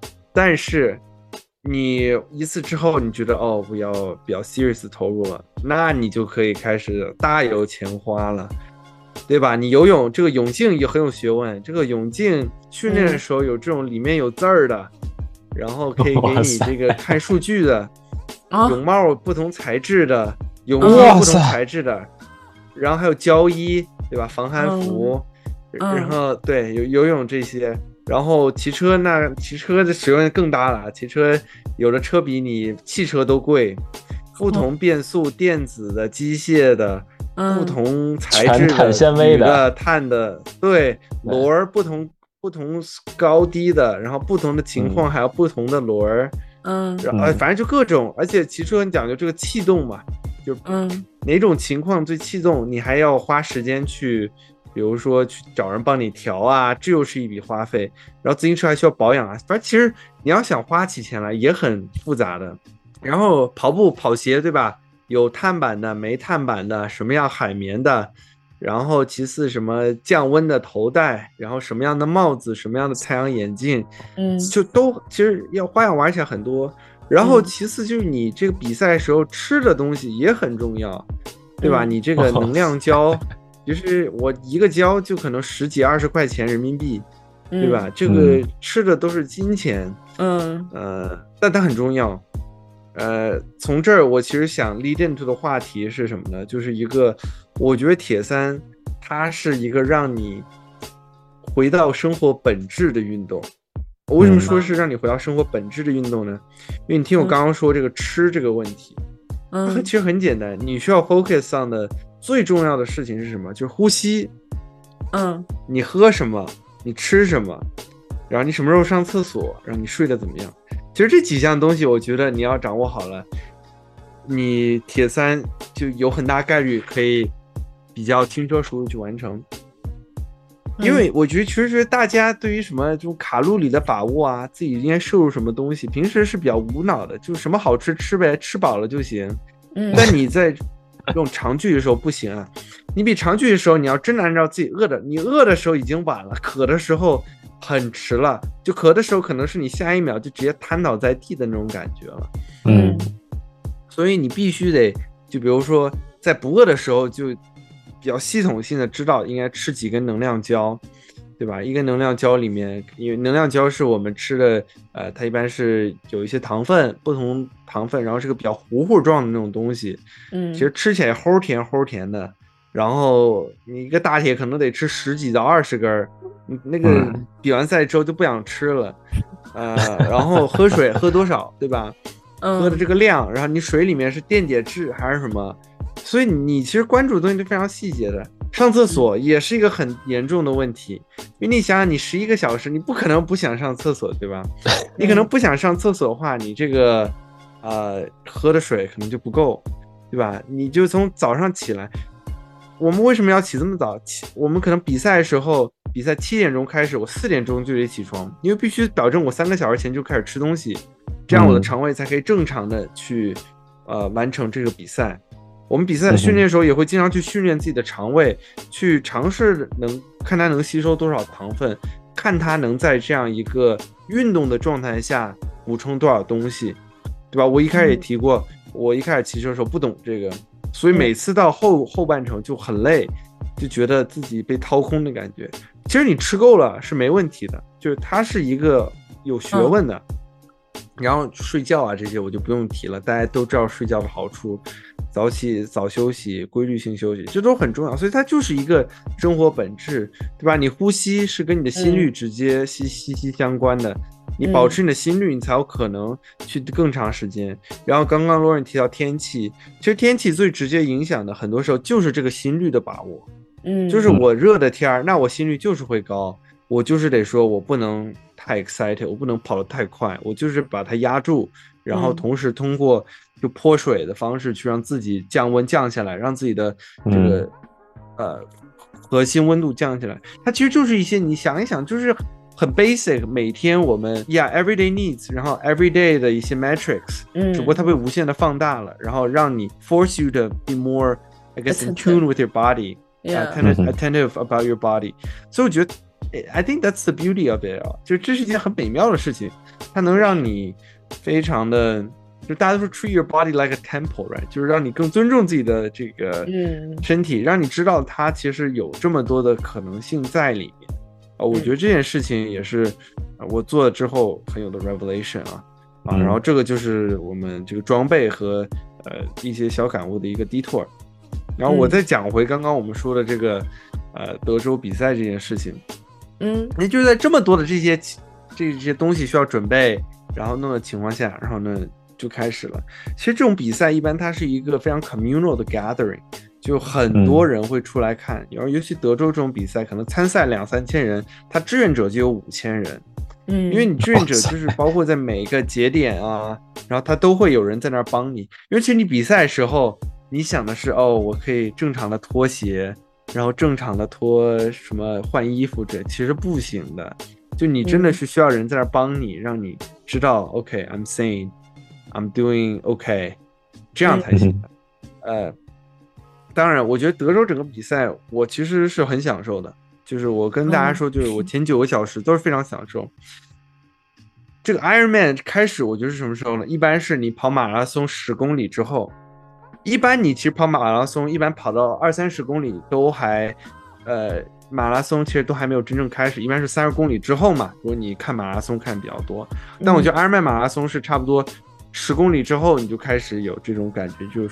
你一次之后你觉得我要比较 serious 投入了，那你就可以开始大有钱花了，对吧？你游泳这个泳镜也很有学问，这个泳镜训练的时候有这种里面有字儿的，然后可以给你这个看数据的，泳帽不同材质的，泳衣不同材质的，然后还有胶衣，对吧？防寒服。然后对游泳这些，然后骑车的学问更大了，骑车有的车比你汽车都贵，不同变速、电子的、机械的，不同材质的、 碳纤维的、 碳的，对，轮不同高低的，然后不同的情况还有不同的轮，然后反正就各种，而且骑车你讲究这个气动嘛，就哪种情况最气动，你还要花时间去。比如说去找人帮你调啊，这又是一笔花费，然后自行车还需要保养啊，反正其实你要想花起钱来也很复杂的。然后跑鞋对吧，有碳板的没碳板的，什么样海绵的，然后其次什么降温的头带，然后什么样的帽子，什么样的太阳眼镜，就都其实要花样玩起来很多。然后其次就是你这个比赛时候吃的东西也很重要，对吧？你这个能量胶就是我一个胶就可能10几20块钱人民币，对吧？这个吃的都是金钱，但它很重要。从这儿我其实想 lead into 的话题是什么呢？就是一个，我觉得铁三它是一个让你回到生活本质的运动。我为什么说是让你回到生活本质的运动呢？因为你听我刚刚说这个吃这个问题，其实很简单，你需要 focus on 的最重要的事情是什么？就是呼吸。你喝什么，你吃什么，然后你什么时候上厕所，然后你睡得怎么样。其实这几项东西我觉得你要掌握好了，你铁三就有很大概率可以比较轻车熟路去完成。因为我觉得其实大家对于什么这种卡路里的把握啊，自己应该摄入什么东西，平时是比较无脑的，就什么好吃吃呗，吃饱了就行。但你在这种长距离的时候不行啊，你比长距离的时候你要真的按照自己饿的，你饿的时候已经晚了，渴的时候很迟了，就渴的时候可能是你下一秒就直接瘫倒在地的那种感觉了。所以你必须得，就比如说在不饿的时候就比较系统性的知道应该吃几根能量胶，对吧？一根能量胶里面，因为能量胶是我们吃的，它一般是有一些糖分，不同糖分，然后是个比较糊糊状的那种东西。其实吃起来齁甜齁甜的。然后你一个大铁可能得吃10几到20根，那个比完赛之后就不想吃了。然后喝水喝多少，对吧？喝的这个量，然后你水里面是电解质还是什么？所以你其实关注的东西是非常细节的。上厕所也是一个很严重的问题，因为你想想，你11个小时，你不可能不想上厕所，对吧？你可能不想上厕所的话，你这个喝的水可能就不够，对吧？你就从早上起来，我们为什么要起这么早？我们可能比赛的时候，比赛7点钟开始，我4点钟就得起床，因为必须保证我3个小时前就开始吃东西，这样我的肠胃才可以正常的去完成这个比赛。 我们比赛的训练的时候也会经常去训练自己的肠胃，去尝试看它能吸收多少糖分，看它能在这样一个运动的状态下补充多少东西，对吧？我一开始也提过，我一开始骑车的时候不懂这个，所以每次到后半程就很累，就觉得自己被掏空的感觉。其实你吃够了是没问题的，就是它是一个有学问的。然后睡觉啊这些我就不用提了，大家都知道睡觉的好处，早起早休息，规律性休息，这都很重要，所以它就是一个生活本质，对吧？你呼吸是跟你的心率直接息息相关的，你保持你的心率，你才有可能去更长时间。然后刚刚 Lauren 提到天气，其实天气最直接影响的很多时候就是这个心率的把握，就是我热的天那我心率就是会高，我就是得说我不能太 excited， 我不能跑得太快，我就是把它压住，然后同时通过就泼水的方式去让自己降温降下来，让自己的这个核心温度降下来。它其实就是一些你想一想就是很 basic， 每天我们 everyday needs， 然后 everyday 的一些 metrics， 只不过它被无限的放大了，然后让你 force you to be more I guess in tune with your body， attentive about your body。 所以我觉得I think that's the beauty of it， 就这是一件很美妙的事情，它能让你非常的，就大家都说 treat your body like a temple，right？ 就是让你更尊重自己的这个身体，让你知道它其实有这么多的可能性在里面。我觉得这件事情也是我做了之后很有的 revelation 然后这个就是我们这个装备和一些小感悟的一个 detour。然后我再讲回刚刚我们说的这个德州比赛这件事情。也就是在这么多的这些东西需要准备，然后弄的情况下，然后呢就开始了。其实这种比赛一般它是一个非常 communal 的 gathering， 就很多人会出来看，尤其德州这种比赛，可能参赛2-3千人，他志愿者就有5000人。因为你志愿者就是包括在每一个节点然后他都会有人在那儿帮你。尤其你比赛的时候，你想的是我可以正常的脱鞋，然后正常的脱什么换衣服，这其实不行的，就你真的是需要人在那帮你，让你知道 OK I'm sane I'm doing OK， 这样才行的。当然我觉得德州整个比赛我其实是很享受的，就是我跟大家说，就是我前9个小时都是非常享受。这个 Ironman 开始我觉得是什么时候呢？一般是你跑马拉松10公里之后，一般你其实跑马拉松一般跑到20-30公里都还马拉松其实都还没有真正开始，一般是30公里之后嘛，如果你看马拉松看比较多。但我觉得 Ironman 马拉松是差不多10公里之后你就开始有这种感觉，就是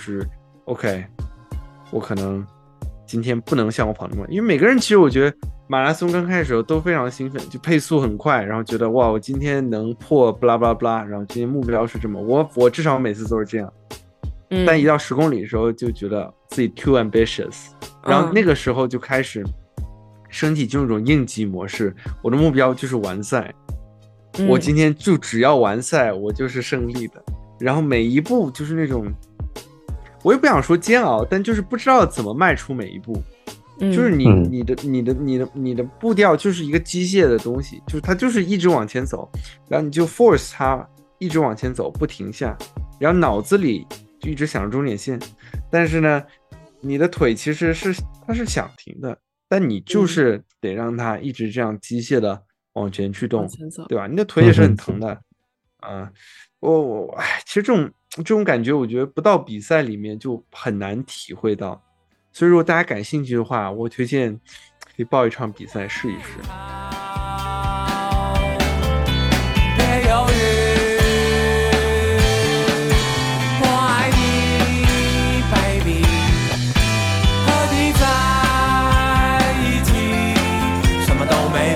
OK 我可能今天不能像我跑那么快，因为每个人其实我觉得马拉松刚开始的时候都非常兴奋，就配速很快，然后觉得哇我今天能破 blah blah blah， 然后今天目标是这么，我至少每次都是这样。但一到10公里的时候就觉得自己 too ambitious， 然后那个时候就开始身体进入一种应激模式，我的目标就是完赛，我今天就只要完赛我就是胜利的。然后每一步就是那种我也不想说煎熬，但就是不知道怎么迈出每一步，就是你的步调就是一个机械的东西，就是它就是一直往前走，然后你就 force 它一直往前走不停下，然后脑子里就一直想着终点线，但是呢你的腿其实它是想停的，但你就是得让它一直这样机械的往前去动，对吧？你的腿也是很疼的其实这种感觉我觉得不到比赛里面就很难体会到，所以如果大家感兴趣的话，我推荐可以报一场比赛试一试。 别犹豫，我爱你 baby， 和你在一起什么都美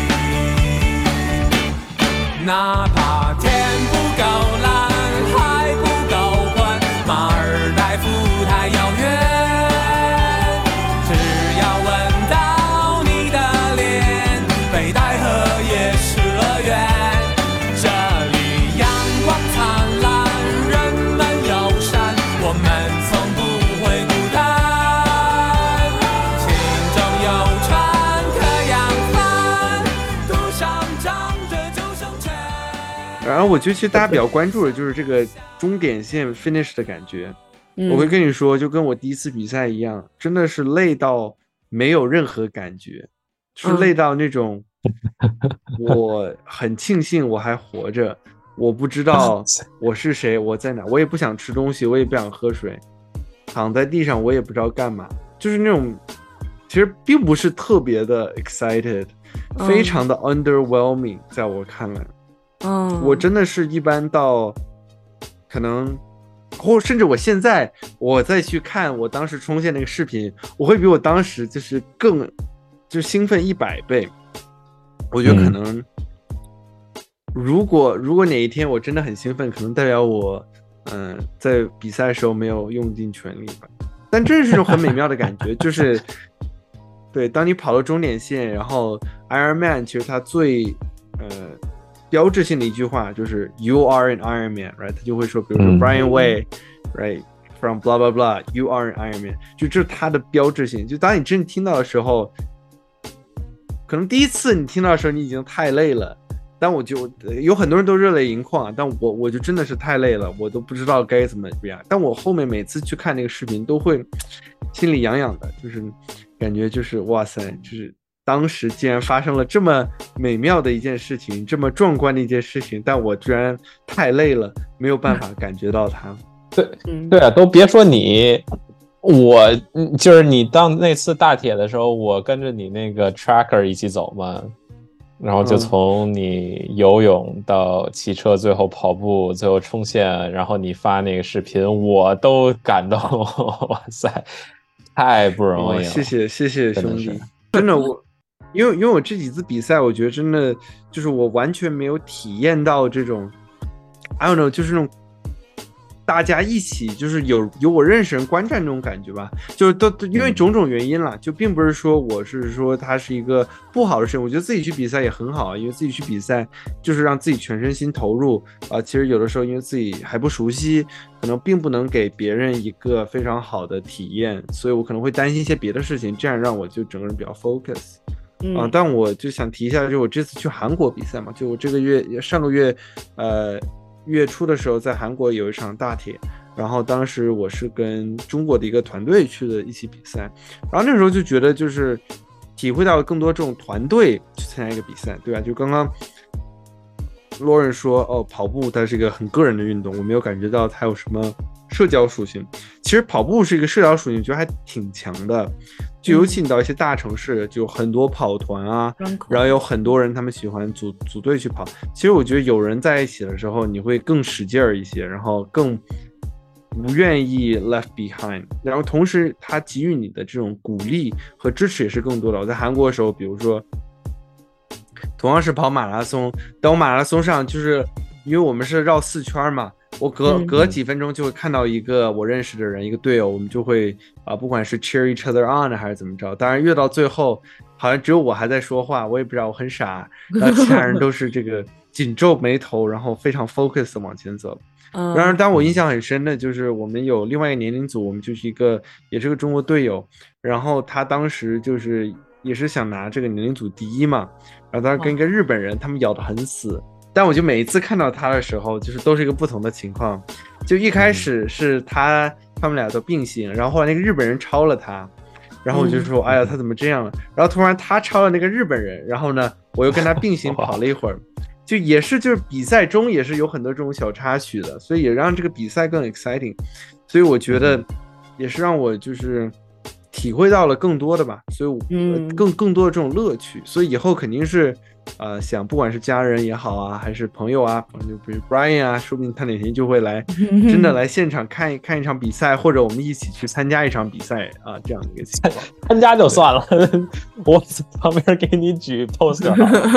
丽，哪怕天不够蓝海不够宽，马尔代夫太遥远，只要闻到你的脸，北戴河也是乐园。这里阳光灿烂，人们友善，我们从不会孤单，心中有船可扬帆，路上长着救生圈。 然后我觉得其实大家比较关注的就是这个终点线 finish 的感觉， 我会跟你说，就跟我第一次比赛一样，真的是累到没有任何感觉，是累到那种我很庆幸我还活着，我不知道我是谁，我在哪，我也不想吃东西，我也不想喝水，躺在地上我也不知道干嘛，就是那种其实并不是特别的 excited，非常的 underwhelming，在我看来，我真的是一般到可能。或甚至我现在我再去看我当时冲线那个视频，我会比我当时就是更就兴奋100倍。我觉得可能，如果哪一天我真的很兴奋，可能代表我在比赛的时候没有用尽全力吧。但这是一种很美妙的感觉，就是对，当你跑到终点线，然后 Ironman 其实它最标志性的一句话就是 You are an Iron Man， right？ 他就会说，比如说 Brian Way，right from blah blah blah，You are an Iron Man， 就这是他的标志性。就当你真听到的时候，可能第一次你听到的时候，你已经太累了。但我就有很多人都热泪盈眶，但我就真的是太累了，我都不知道该怎么样。但我后面每次去看那个视频，都会心里痒痒的，就是感觉就是哇塞，就是当时竟然发生了这么美妙的一件事情，这么壮观的一件事情，但我居然太累了，没有办法感觉到它。 对啊，都别说你，我就是你当那次大铁的时候，我跟着你那个 tracker 一起走嘛，然后就从你游泳到骑车，最后跑步，最后冲线，然后你发那个视频，我都感动，哇塞，太不容易了。 谢谢兄弟，真的我。因为我这几次比赛，我觉得真的就是我完全没有体验到这种 I don't know， 就是那种大家一起就是有我认识人观战这种感觉吧，就是都因为种种原因啦，就并不是说我是说它是一个不好的事情，我觉得自己去比赛也很好，因为自己去比赛就是让自己全身心投入其实有的时候因为自己还不熟悉，可能并不能给别人一个非常好的体验，所以我可能会担心一些别的事情，这样让我就整个人比较 focus。但我就想提一下，就我这次去韩国比赛嘛，就我这个月上个月月初的时候在韩国有一场大铁，然后当时我是跟中国的一个团队去的一起比赛，然后那时候就觉得就是体会到了更多这种团队去参加一个比赛，对吧？就刚刚洛人说跑步它是一个很个人的运动，我没有感觉到它有什么社交属性。其实跑步是一个社交属性，我觉得还挺强的。就尤其你到一些大城市，就很多跑团啊，然后有很多人他们喜欢组队去跑。其实我觉得有人在一起的时候，你会更使劲儿一些，然后更不愿意 left behind， 然后同时他给予你的这种鼓励和支持也是更多的。我在韩国的时候，比如说同样是跑马拉松，但我马拉松上就是因为我们是绕4圈嘛。我隔几分钟就会看到一个我认识的人，一个队友，我们就会不管是 cheer each other on 还是怎么着，当然越到最后好像只有我还在说话，我也不知道，我很傻，然后其他人都是这个紧皱眉头，然后非常 focus 的往前走。然而当我印象很深的就是我们有另外一个年龄组，我们就是也是个中国队友，然后他当时就是也是想拿这个年龄组第1嘛，然后当时跟一个日本人，他们咬得很死。但我就每一次看到他的时候，就是都是一个不同的情况。就一开始是他们俩都并行，然后后来那个日本人超了他，然后我就说，哎呀，他怎么这样了？然后突然他超了那个日本人，然后呢，我又跟他并行跑了一会儿，就也是就是比赛中也是有很多这种小插曲的，所以也让这个比赛更 exciting。所以我觉得也是让我就是体会到了更多的吧，所以更多的这种乐趣。所以以后肯定是。想不管是家人也好啊，还是朋友啊，就比如 Brian 啊，说不定他哪天就会来，真的来现场看一场比赛，或者我们一起去参加一场比赛啊，这样的一个情况。 参加就算了，我旁边给你举 poster。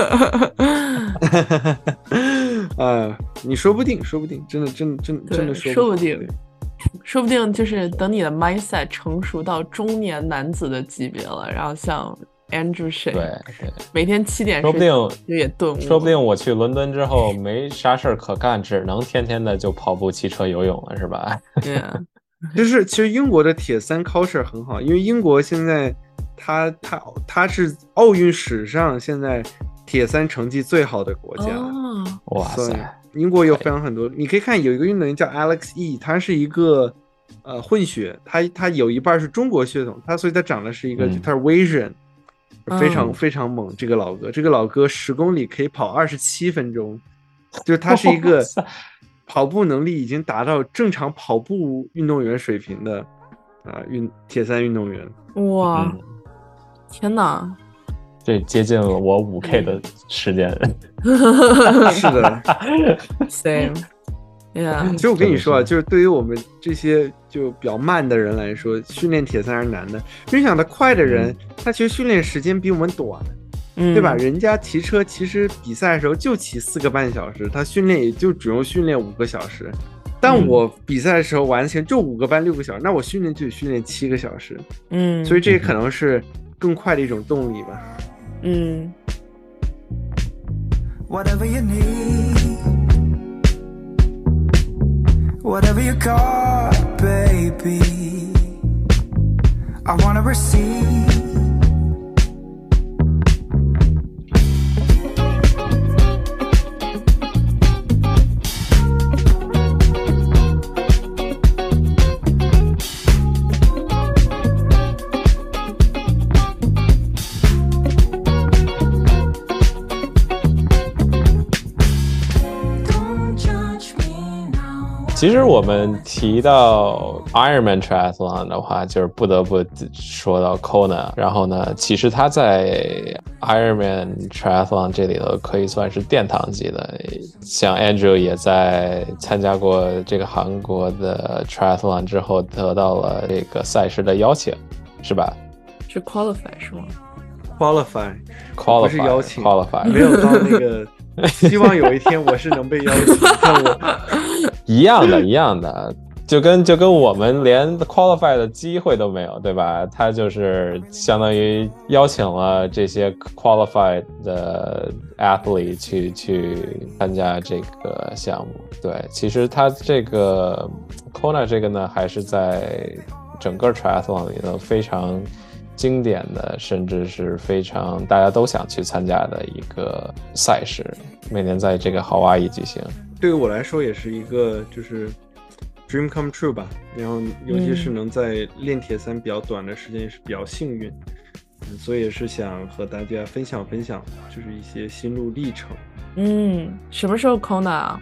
你说不定，真的说不定就是等你的 mindset 成熟到中年男子的级别了，然后像。Andrew Shea， 对，每天7点， 说不定就也顿悟。 说不定我去伦敦之后没啥事儿可干，只能天天的就跑步、骑车、游泳了，是吧？ 对啊， 就是其实英国的铁三 culture 很好，因为英国现在它是奥运史上现在铁三成绩最好的国家。 哇塞！ 英国有非常很多，你可以看有一个运动员叫 Alex E， 他是一个混血，他有一半是中国血统，所以他长得是一个，他是 Asian，非常非常猛。这个老哥10公里可以跑27分钟，就是他是一个跑步能力已经达到正常跑步运动员水平的铁三运动员。 哇，天哪！ 这接近了我5K 的时间。 是的 ，same。 其实我跟你说啊，就是对于我们这些就比较慢的人来说，训练铁三是难的。因为想他快的人，他其实训练时间比我们短，对吧？人家骑车其实比赛的时候就骑4个半小时，他训练也就只用训练5个小时。但我比赛的时候完全就5个半6个小时，那我训练就得训练7个小时。所以这也可能是更快的一种动力吧。 Whatever you need, whatever you got, baby, I wanna receive. 其实我们提到 Ironman Triathlon 的话，就是不得不说到 Kona。然后呢，其实他在 Ironman Triathlon 这里头可以算是殿堂级的。像 Andrew 也在参加过这个韩国的 Triathlon 之后，得到了这个赛事的邀请，是吧？ 是 qualify 是吗 ？qualify 不是邀请 ，qualify 没有到那个。希望有一天我是能被邀请，但我一样的，就跟我们连 qualify 的机会都没有，对吧？他就是相当于邀请了这些 qualified 的 athlete 去参加这个项目。对，其实他这个 Kona 这个呢，还是在整个 triathlon 里头非常经典的，甚至是非常大家都想去参加的一个赛事，每年在这个夏威夷举行。 对于我来说也是一个就是 dream come true 吧，然后尤其是能在练铁三比较短的时间也是比较幸运，所以也是想和大家分享就是一些心路历程。 什么时候 Kona 啊？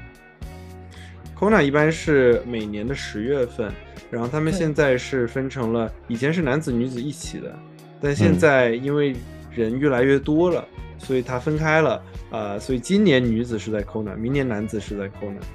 Kona 一般是每年的10月份，然后他们现在是分成了，以前是男子女子一起的，但现在因为人越来越多了，所以它分开了，所以今年女子是在 Kona， 明年男子是在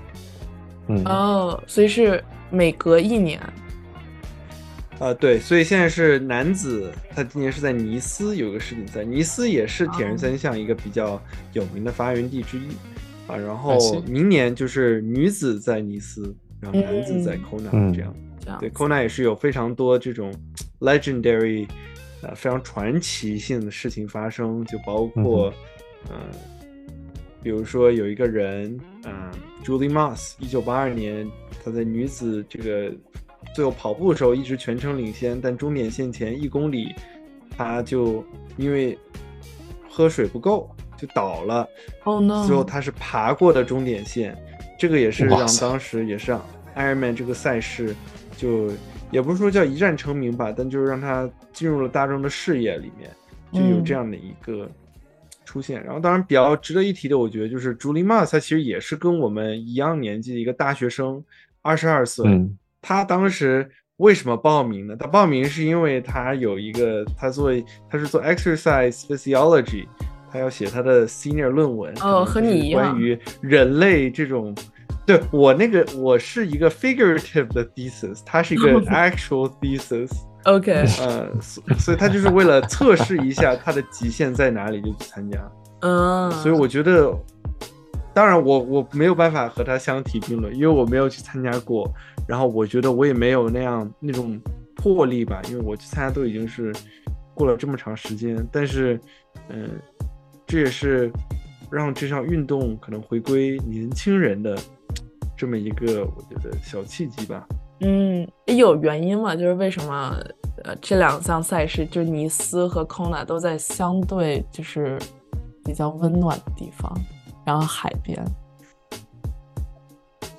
Kona。 所以是每隔1年。 对，所以现在是男子，他今年是在尼斯有个世锦赛，尼斯也是铁人三项一个比较有名的发源地之一然后明年就是女子在尼斯，然后男子在 Kona 这样。对 Kona 也是有非常多这种 legendary 非常传奇性的事情发生，就包括比如说有一个人Julie Moss 1982年她在女子这个最后跑步的时候一直全程领先，但终点线前1公里她就因为喝水不够就倒了。最后她是爬过的终点线，这个也是让当时也是让 Ironman 这个赛事就也不是说叫一战成名吧，但就是让他进入了大众的视野里面，就有这样的一个出现。然后当然比较值得一提的，我觉得就是 Julie Moss， 他其实也是跟我们一样年纪的一个大学生，22岁。他当时为什么报名呢？他报名是因为他有一个他是做 exercise physiology， 他要写他的 senior 论文， 和你一样， 关于人类这种。对，我是一个 figurative 的 thesis， 它是一个 actual thesis。OK， 所以他就是为了测试一下他的极限在哪里就去参加。所以我觉得，当然我没有办法和他相提并论，因为我没有去参加过，然后我觉得我也没有那种魄力吧，因为我去参加都已经是过了这么长时间，但是这也是让这项运动可能回归年轻人的这么一个我觉得小契机吧。 有原因吗？就是为什么这2项赛事，就是尼斯和 Kona 都在相对就是比较温暖的地方，然后海边。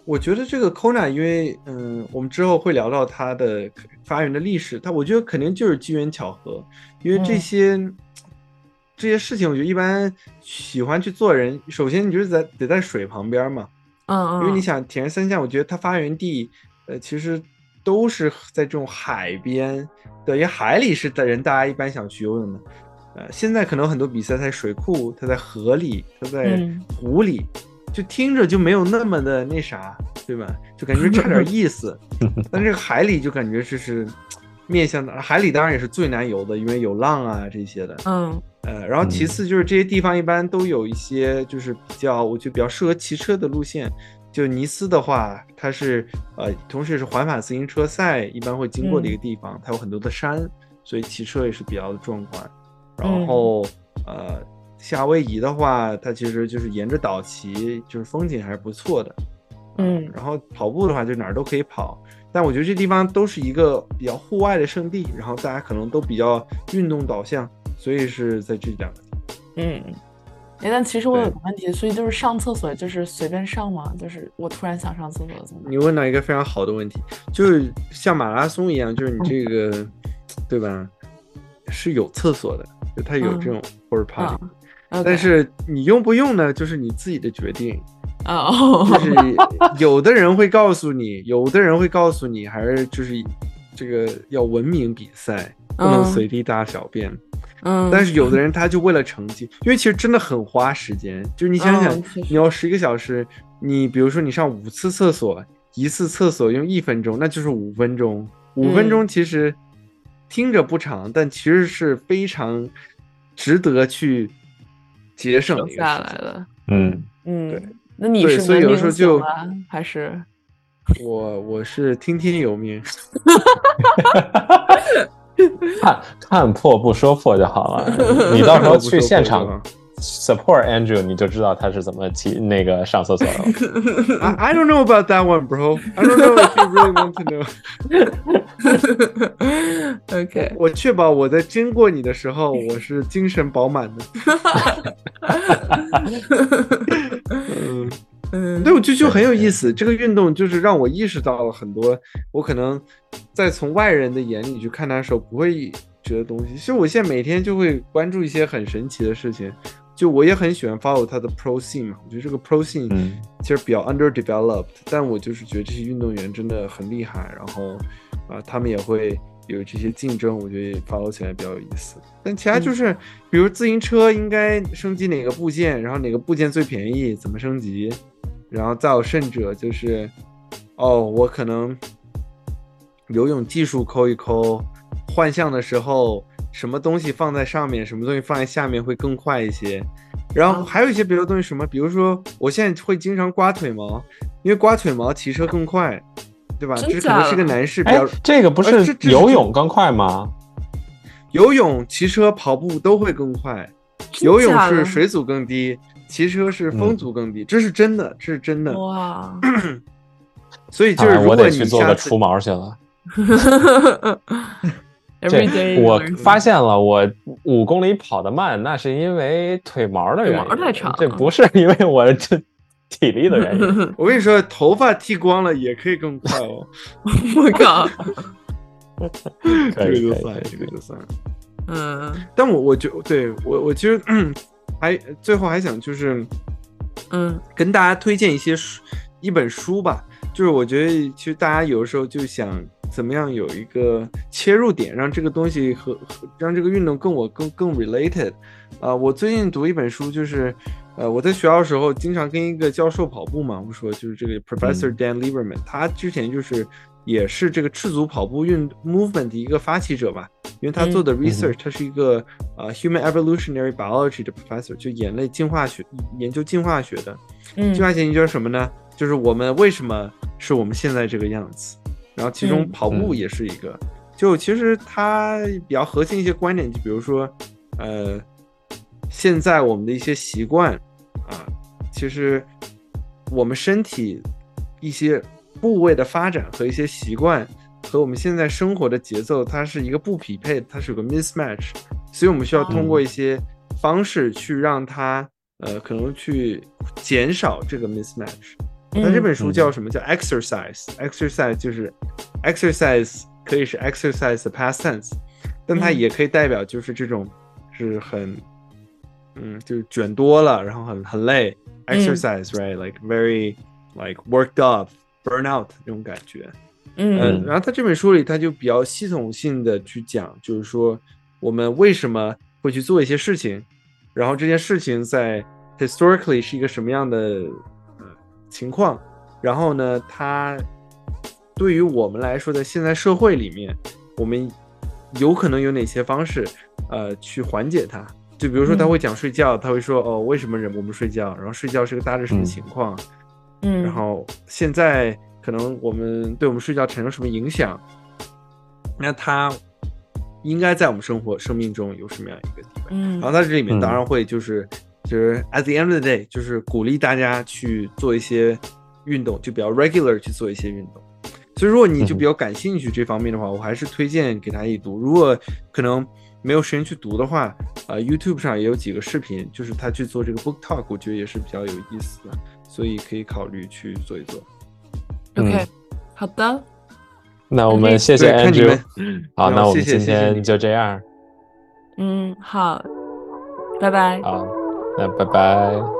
我觉得这个 Kona， 因为我们之后会聊到它的发源的历史，我觉得肯定就是机缘巧合，因为这些事情，我觉得一般喜欢去做人，首先你就是得在水旁边嘛，因为你想铁人三项，我觉得它发源地其实都是在这种海边，对，因为海里是大家一般想去游泳的，现在可能很多比赛在水库，它在河里，它在湖里。就听着就没有那么的那啥，对吧？就感觉差点意思。但这个海里就感觉是面向的，海里当然也是最难游的，因为有浪啊这些的。然后其次就是这些地方一般都有一些就是我觉得比较适合骑车的路线。就尼斯的话，它是同时也是环法自行车赛一般会经过的一个地方，它有很多的山，所以骑车也是比较的壮观。然后夏威夷的话，它其实就是沿着岛骑，就是风景还是不错的。然后跑步的话，就哪儿都可以跑。但我觉得这地方都是一个比较户外的圣地，然后大家可能都比较运动导向，所以是在这两个地方。 但其实我有个问题，所以就是上厕所就是随便上吗？就是我突然想上厕所怎么办？ 你问到一个非常好的问题，就是像马拉松一样，就是你这个，对吧？是有厕所的，就它有这种 porta potty。但是你用不用呢，就是你自己的决定。就是有的人会告诉你，还是就是这个要文明比赛，不能随地大小便。但是有的人他就为了成绩，因为其实真的很花时间。就是你想想，你要11个小时，你比如说你上5次厕所，一次厕所用1分钟，那就是5分钟。5分钟其实听着不长，但其实是非常值得去节省的一个下来的。 对。 那你是所以有时候就还是我是听天由命。 看破不说破就好了。你到时候去现场 support Andrew， 你就知道他是怎么那个上厕所了。 I don't know about that one, bro. I don't know if you really want to know. OK， 我确保我在经过你的时候，我是精神饱满的。对，我就很有意思。这个运动就是让我意识到了很多，我可能在从外人的眼里去看它的时候，不会觉得东西。其实我现在每天就会关注一些很神奇的事情。就我也很喜欢 follow 他的 pro scene 嘛，我觉得这个 pro scene 其实比较 underdeveloped，但我就是觉得这些运动员真的很厉害，然后他们也会有这些竞争，我觉得 follow 起来比较有意思。但其他就是比如自行车应该升级哪个部件，然后哪个部件最便宜，怎么升级，然后再有甚者就是我可能游泳技术抠一抠，换向的时候什么东西放在上面，什么东西放在下面会更快一些。然后还有一些别的东西，什么比如说我现在会经常刮腿毛，因为刮腿毛骑车更快，对吧？这可能是个男士比较。 这个不是游泳更快吗？ 游泳、骑车、跑步都会更快。游泳是水阻更低，骑车是风阻更低，这是真的，这是真的。 哇！ 所以就是如果你我得去做个除毛去了。我发现了，我5公里跑得慢，那是因为腿毛的原因， 腿毛太长， 这不是因为我这体力的原因。 我跟你说，头发剃光了也可以更快哦。 我靠！ 这个就算。但我就对我其实最后还想就是跟大家推荐一本书吧。就是我觉得其实大家有的时候就想怎么样有一个切入点，让这个东西让这个运动跟我更 related。我最近读一本书，就是我在学校的时候经常跟一个教授跑步嘛，我说就是这个 Professor Dan Lieberman，他之前也是这个赤足跑步movement 的一个发起者吧，因为他做的 research，他是一个human evolutionary biology 的 professor， 就人类进化学研究进化学的。进化学研究是什么呢？就是我们为什么是我们现在这个样子，然后其中跑步也是一个。就其实它比较核心一些观点，就比如说现在我们的一些习惯其实我们身体一些部位的发展和一些习惯和我们现在生活的节奏，它是一个不匹配的，它是有个 mismatch， 所以我们需要通过一些方式去让它可能去减少这个 mismatch。 它这本书叫什么？叫 exercise。exercise 就是 exercise 可以是 exercise 的 past tense， 但它也可以代表就是这种是很就是卷多了，然后很累。exercise right like very like worked up burn out 这种感觉。然后他这本书里他就比较系统性的去讲，就是说我们为什么会去做一些事情，然后这件事情在 historically 是一个什么样的情况，然后呢它对于我们来说在现在社会里面我们有可能有哪些方式去缓解它。就比如说他会讲睡觉，他会说为什么我们睡觉，然后睡觉是个大致什么情况，然后现在可能我们对我们睡觉产生什么影响，那它应该在我们生命中有什么样一个地位。然后它这里面当然会就是 at the end of the day 就是鼓励大家去做一些运动，就比较 regular 去做一些运动。所以如果你就比较感兴趣这方面的话，我还是推荐给他一读。如果可能没有时间去读的话YouTube 上也有几个视频，就是他去做这个 book talk， 我觉得也是比较有意思的，所以可以考虑去做一做。 OK，好的， 那我们谢谢 Andrew。好，那我们今谢谢天就这样。 好，拜拜。 好，那拜拜。